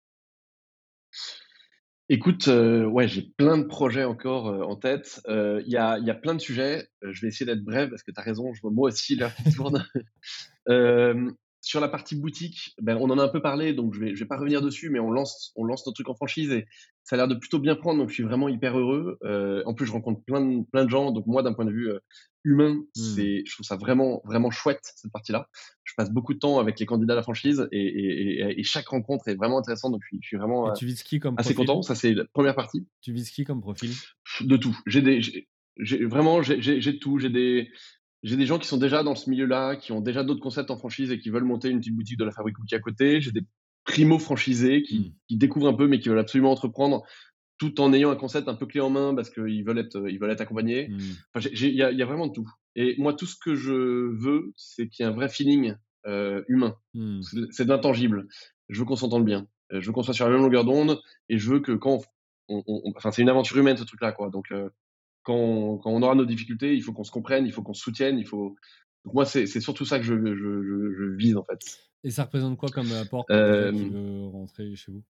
S1: Écoute, euh, ouais, j'ai plein de projets encore euh, en tête. Euh, Il y a, il y a plein de sujets. Euh, je vais essayer d'être bref parce que tu as raison, je vois moi aussi l'heure qui tourne. Euh, sur la partie boutique, ben, on en a un peu parlé, donc je vais, je vais pas revenir dessus, mais on lance, on lance notre truc en franchise et ça a l'air de plutôt bien prendre, donc je suis vraiment hyper heureux. Euh, en plus, je rencontre plein de, plein de gens, donc moi, d'un point de vue euh, humain,
S2: Hmm.
S1: c'est, je trouve ça vraiment, vraiment chouette cette partie-là. Je passe beaucoup de temps avec les candidats à la franchise et, et, et, et chaque rencontre est vraiment intéressante, donc je suis, je suis vraiment
S2: Et
S1: euh,
S2: tu vises qui comme
S1: assez
S2: profil?
S1: content. Ça, c'est la première partie.
S2: Tu vises qui comme profil?
S1: De tout. J'ai des, j'ai, j'ai- vraiment, j'ai, j'ai, j'ai tout. J'ai des, j'ai des gens qui sont déjà dans ce milieu-là, qui ont déjà d'autres concepts en franchise et qui veulent monter une petite boutique de la Fabrique Cookie à côté. J'ai des primo-franchisés qui,
S2: Hmm.
S1: qui découvrent un peu, mais qui veulent absolument entreprendre, tout en ayant un concept un peu clé en main parce qu'ils veulent être, ils veulent être accompagnés.
S2: Hmm.
S1: Enfin, j'ai- j'ai- il y a, il y a vraiment de tout. Et moi, tout ce que je veux, c'est qu'il y ait un vrai feeling euh, humain.
S2: Hmm.
S1: C'est c'est de l'intangible. Je veux qu'on s'entende bien. Euh, Je veux qu'on soit sur la même longueur d'onde et je veux que quand on, on- on- enfin, c'est une aventure humaine ce truc-là, quoi. Donc, euh, quand on, quand on aura nos difficultés, il faut qu'on se comprenne, il faut qu'on se soutienne, il faut. Donc moi, c'est c'est surtout ça que je, je, je, je vise en fait.
S2: Et ça représente quoi comme apport pour quelqu'un qui
S1: Euh,
S2: veut rentrer chez vous?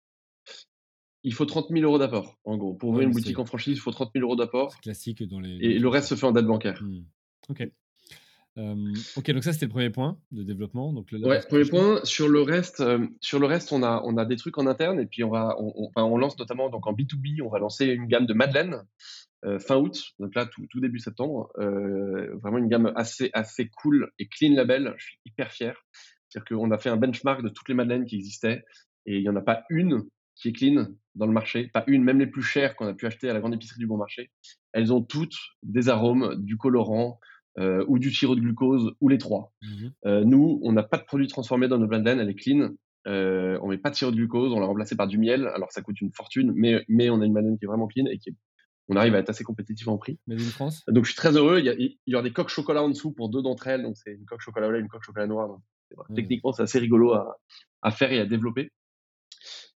S1: il faut trente mille euros d'apport, en gros. Pour
S2: Ouais,
S1: ouvrir une
S2: mais
S1: boutique
S2: c'est
S1: en franchise, il faut trente mille euros
S2: c'est
S1: d'apport
S2: classique dans les, dans les
S1: et le reste
S2: franchises.
S1: se fait en dette bancaire.
S2: Hmm. Ok. Euh, ok, donc ça c'était le premier point de développement, donc le- la
S1: Ouais,
S2: partie
S1: premier
S2: franchise.
S1: point. Sur le reste, euh, sur le reste, on a, on a des trucs en interne et puis on va, on, on, enfin, on lance notamment donc en B deux B, on va lancer une gamme de madeleines euh, fin août, donc là tout, tout début septembre. Euh, vraiment une gamme assez, assez cool et clean label. Je suis hyper fier. C'est-à-dire qu'on a fait un benchmark de toutes les madeleines qui existaient et il n'y en a pas une qui est clean dans le marché, pas une, même les plus chères qu'on a pu acheter à la grande épicerie du bon marché. Elles ont toutes des arômes, du colorant euh, ou du sirop de glucose ou les trois.
S2: Mhm.
S1: Euh, nous, on n'a pas de produit transformé dans nos madeleines, elle est clean. Euh, on met pas de sirop de glucose, on l'a remplacé par du miel. Alors ça coûte une fortune, mais, mais on a une madeleine qui est vraiment clean et qui est, on arrive à être assez compétitif en prix.
S2: Made in France?
S1: Donc je suis très heureux. Il y, a, il y aura des coques chocolat en dessous pour deux d'entre elles. Donc c'est une coque chocolat au lait et une coque chocolat noir. Donc, voilà.
S2: Ouais.
S1: Techniquement, c'est assez rigolo à, à faire et à développer.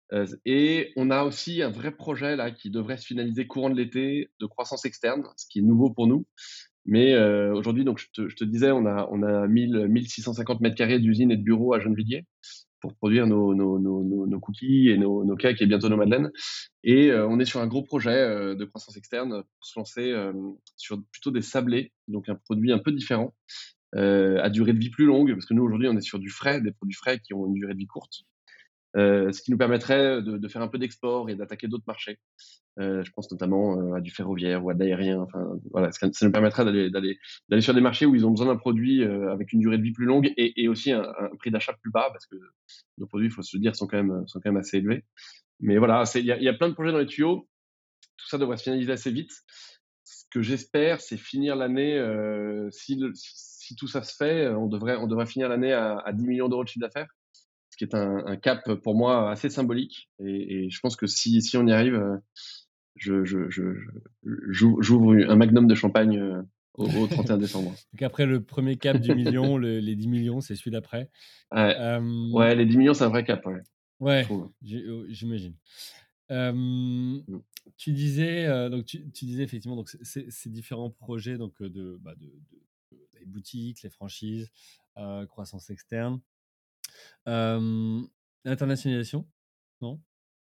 S1: Heu, et on a aussi un vrai projet là qui devrait se finaliser courant de l'été de croissance externe, ce qui est nouveau pour nous. Mais heu, aujourd'hui, donc je te je te disais, on a on a mille mille six cent cinquante mètres carrés d'usine et de bureaux à Gennevilliers pour produire nos nos nos nos nos cookies et nos nos cakes et bientôt nos madeleines. Et heu, on est sur un gros projet, heu, de croissance externe pour se lancer, hem, sur plutôt des sablés, donc un produit un peu différent, heu, à durée de vie plus longue, parce que nous aujourd'hui on est sur du frais, des produits frais qui ont une durée de vie courte, heu, ce qui nous permettrait de de faire un peu d'export et d'attaquer d'autres marchés. Heu, je pense notamment, heu, à du ferroviaire ou à de l'aérien, enfin voilà, ça ça nous permettra d'aller d'aller d'aller sur des marchés où ils ont besoin d'un produit, heu, avec une durée de vie plus longue et et aussi un un prix d'achat plus bas parce que nos produits, il faut se le dire, sont quand même, sont quand même assez élevés. Mais voilà, c'est il y a il y a plein de projets dans les tuyaux. Tout ça devrait se finaliser assez vite. Ce que j'espère, c'est finir l'année, heu, si le si si tout ça se fait, on devrait on devrait finir l'année à à dix millions d'euros de chiffre d'affaires, ce qui est un un cap pour moi assez symbolique et et je pense que si si on y arrive, heu, je je je je j'ouvre j'ouvre un magnum de champagne, heu, au au trente et un décembre.
S2: Donc après le premier cap du million, le les dix millions, c'est celui d'après.
S1: Ouais,
S2: Hem,
S1: ouais, les dix millions, c'est un vrai cap, ouais, je
S2: ouais,
S1: trouve.
S2: j'ai oh, j'imagine. Hem,
S1: Mmh.
S2: tu disais, heu, donc tu tu disais effectivement donc ces ces ces différents projets donc, heu, de, bah, de de de les boutiques, les franchises, heu, croissance externe. Hem, L'internationalisation? Non?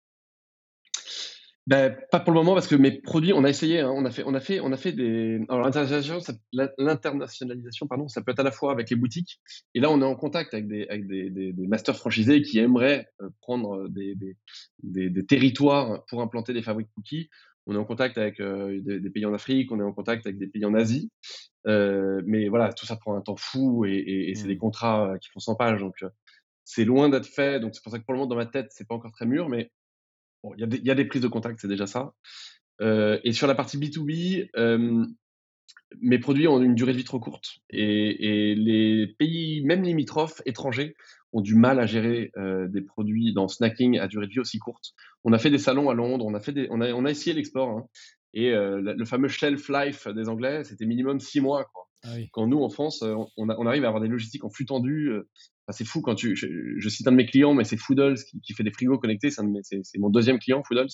S1: Ben, pas pour le moment parce que mes produits, on a essayé, hein, on a fait, on a fait, on a fait des. Alors l'internationalisation, ça, la- l'internationalisation, pardon, ça peut être à la fois avec les boutiques. Et là, on est en contact avec des, avec des, des, des masters franchisés qui aimeraient euh, prendre des, des, des, des territoires pour implanter des fabriques cookies. On est en contact avec euh, des, des pays en Afrique, on est en contact avec des pays en Asie. Euh, mais voilà, tout ça prend un temps fou et, et, et c'est des
S2: Mmh.
S1: contrats euh, qui font cent pages, donc euh, c'est loin d'être fait. Donc c'est pour ça que pour le moment, dans ma tête, c'est pas encore très mûr, mais bon, il y a des, il y a des prises de contact, c'est déjà ça. Euh, et sur la partie B deux B, euh, mes produits ont une durée de vie trop courte. Et, et les pays, même limitrophes, étrangers, ont du mal à gérer euh, des produits dans snacking à durée de vie aussi courte. On a fait des salons à Londres, on a, fait des, on a, on a essayé l'export. Hein, et euh, le, le fameux shelf life des Anglais, c'était minimum six mois. Quoi.
S2: Ah oui.
S1: Quand nous, en France, on, a, on arrive à avoir des logistiques en flux tendu. Euh, enfin, c'est fou quand tu. Je, je, cite un de mes clients, mais c'est Foodles qui, qui fait des frigos connectés. C'est, c'est, c'est mon deuxième client, Foodles.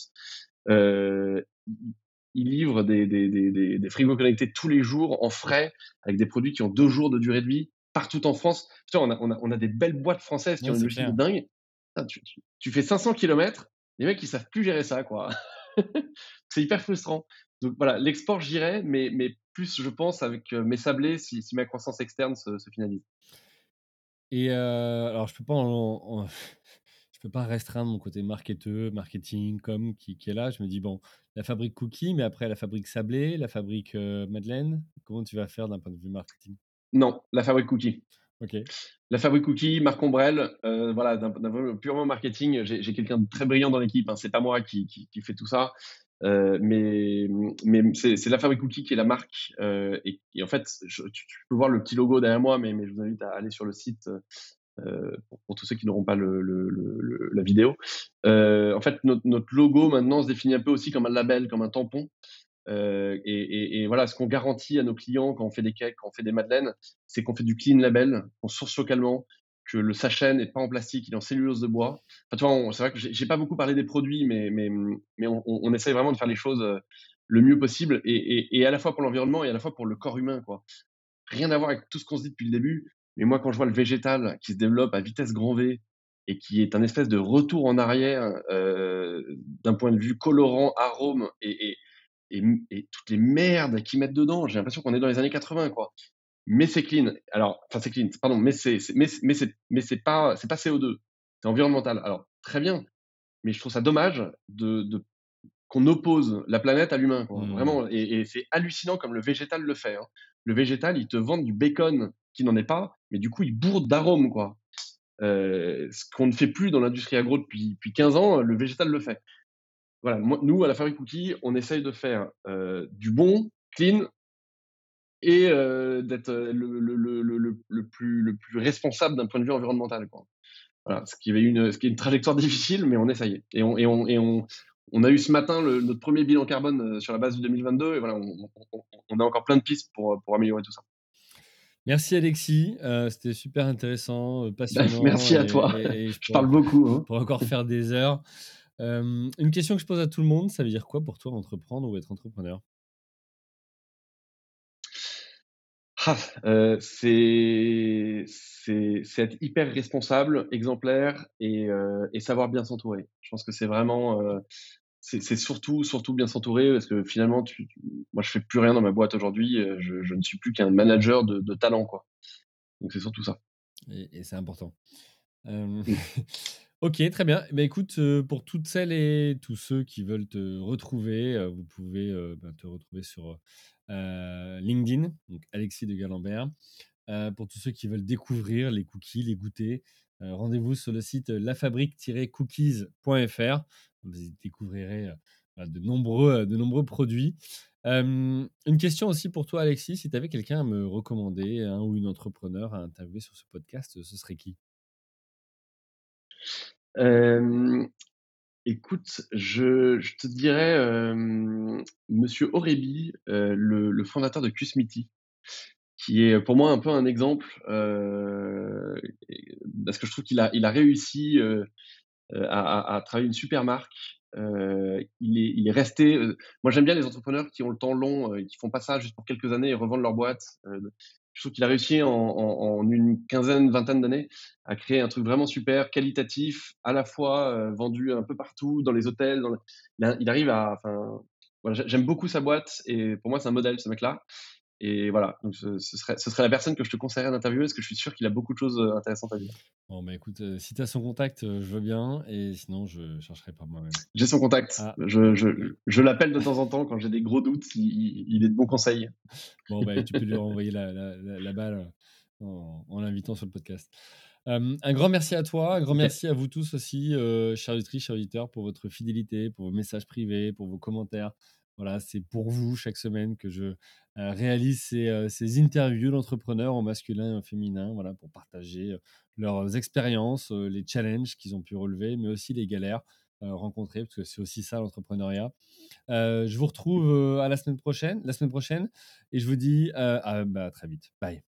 S1: Euh, ils livrent des, des, des, des, des frigos connectés tous les jours en frais avec des produits qui ont deux jours de durée de vie partout en France. Putain, on a, on a, on a des belles boîtes françaises qui
S2: Ouais,
S1: ont une
S2: c'est
S1: logistique de
S2: clair.
S1: dingue. Putain, tu, tu, tu fais cinq cents kilomètres, les mecs ils savent plus gérer ça, quoi. C'est hyper frustrant. Donc voilà, l'export j'irai, mais, mais plus je pense avec mes sablés si, si ma croissance externe se, se finalise.
S2: Et heu, alors je peux pas en en je peux pas restreindre mon côté marketeur, marketing, com qui qui est là. Je me dis: «Bon, la fabrique cookie, mais après la fabrique sablé, la fabrique, heu, madeleine». Comment tu vas faire d'un point de vue marketing?
S1: Non, la fabrique cookie.
S2: OK.
S1: La fabrique cookie, Marc Ombrel, euh, voilà, d'un d'un point de vue purement marketing, j'ai j'ai quelqu'un de très brillant dans l'équipe. Hein, c'est pas moi qui, qui, qui fait tout ça, euh, mais mais c'est c'est la fabrique cookie qui est la marque. Euh, et, et en fait, je, tu, tu peux voir le petit logo derrière moi, mais, mais je vous invite à aller sur le site euh, pour, pour tous ceux qui n'auront pas le, le, le, le- la vidéo. Euh, en fait, notre, notre logo maintenant se définit un peu aussi comme un label, comme un tampon. Euh, et, et, et voilà, ce qu'on garantit à nos clients quand on fait des cakes, quand on fait des madeleines, c'est qu'on fait du clean label, qu'on source localement, que le sachet n'est pas en plastique, il est en cellulose de bois. Enfin, tu vois, on- c'est vrai que j'ai j'ai pas beaucoup parlé des produits, mais, mais, mais on, on, on essaye vraiment de faire les choses euh, le mieux possible et, et, et à la fois pour l'environnement et à la fois pour le corps humain, quoi. Rien à voir avec tout ce qu'on se dit depuis le début, mais moi, quand je vois le végétal qui se développe à vitesse grand V et qui est un espèce de retour en arrière euh, d'un point de vue colorant, arôme et, et, et, et toutes les merdes qu'ils mettent dedans. J'ai l'impression qu'on est dans les années quatre-vingts, quoi. Mais c'est clean. Alors, enfin, c'est clean, pardon, mais c'est, c'est- mais, mais c'est, mais c'est pas, c'est pas C O deux. C'est environnemental. Alors, très bien. Mais je trouve ça dommage de, de- qu'on oppose la planète à l'humain, quoi.
S2: Mmh.
S1: Vraiment. Et, et c'est hallucinant comme le végétal le fait. Hein. Le végétal, il te vend du bacon qui n'en est pas, mais du coup, il bourre d'arômes, quoi. Euh, ce qu'on ne fait plus dans l'industrie agro depuis, depuis quinze ans, le végétal le fait. Voilà, moi, nous, à la Fabrique Cookie, on essaye de faire euh, du bon, clean, et euh, d'être euh, le, le, le, le, le, plus, le plus responsable d'un point de vue environnemental. Quoi. Voilà, ce qui, avait une, ce qui est une trajectoire difficile, mais on essaye. Et on, et on, et on, on a eu ce matin le, notre premier bilan carbone euh, sur la base du deux mille vingt-deux, et voilà, on, on, on a encore plein de pistes pour, pour améliorer tout ça.
S2: Merci Alexis, heu, c'était super intéressant, heu, passionnant
S1: Merci
S2: et
S1: à toi.
S2: et et je
S1: Je
S2: pourrais
S1: parle beaucoup. Hein.
S2: pourrais encore faire des heures. Hem, une question que je pose à tout le monde, ça veut dire quoi pour toi entreprendre ou être entrepreneur?
S1: Ah, heu, c'est c'est c'est être hyper responsable, exemplaire et heu et savoir bien s'entourer. Je pense que c'est vraiment, heu, c'est c'est surtout surtout bien s'entourer parce que finalement tu tu moi je fais plus rien dans ma boîte aujourd'hui, heu, je je ne suis plus qu'un manager de de talent, quoi. Donc c'est surtout ça.
S2: Et et c'est important. Hem,
S1: Mmh.
S2: OK, très bien. Eh beh, écoute, heu, pour toutes celles et tous ceux qui veulent te retrouver, heu, vous pouvez, heu, bah, te retrouver sur, heu, LinkedIn, donc Alexis de Galambert. Heu, pour tous ceux qui veulent découvrir les cookies, les goûter, heu, rendez-vous sur le site lafabrique-cookies point f r. Vous y découvrirez, heu, bah, de nombreux, heu, de nombreux produits. Hem, une question aussi pour toi, Alexis, si tu avais quelqu'un à me recommander, un ou une entrepreneur à interviewer sur ce podcast, ce serait qui?
S1: Hem, écoute, je je te dirais, hem, monsieur Aurebi, heu, le le fondateur de Qsmiti, qui est pour moi un peu un exemple, heu et parce que je trouve qu'il a il a réussi, heu heu, à à à travailler une super marque. Heu, il est il est resté, heu moi j'aime bien les entrepreneurs qui ont le temps long, heu, qui font pas ça juste pour quelques années et revendent leur boîte. Heu, je trouve qu'il a réussi en en en une quinzaine, vingtaine d'années à créer un truc vraiment super, qualitatif, à la fois, heu, vendu un peu partout, dans les hôtels, dans le il a il arrive à enfin, voilà, j'ai j'aime beaucoup sa boîte et pour moi c'est un modèle ce mec-là et voilà, donc ce ce serait ce serait la personne que je te conseillerais d'interviewer parce que je suis sûr qu'il a beaucoup de choses, heu, intéressantes à dire.
S2: Bon, bah, écoute, heu, si tu as son contact, heu, je veux bien et sinon je chercherai par moi-même.
S1: J'ai son contact.
S2: Ah,
S1: Je, je, je l'appelle de temps en temps quand j'ai des gros doutes. Il, il est de bons conseils.
S2: bon, bah, tu peux lui renvoyer la la la la balle, heu, en en l'invitant sur le podcast. Hem, un grand merci à toi, un grand
S1: Ok.
S2: merci à vous tous aussi, heu, chères auditrices, chers auditeurs, pour votre fidélité, pour vos messages privés, pour vos commentaires. Voilà, c'est pour vous chaque semaine que je, heu, réalise ces, heu, ces interviews d'entrepreneurs au masculin et au féminin, voilà, pour partager, heu, leurs expériences, heu, les challenges qu'ils ont pu relever, mais aussi les galères, heu, rencontrées, parce que c'est aussi ça l'entrepreneuriat. Heu, je vous retrouve, heu, à la semaine prochaine la semaine prochaine et je vous dis, heu, à bah, à très vite. Bye.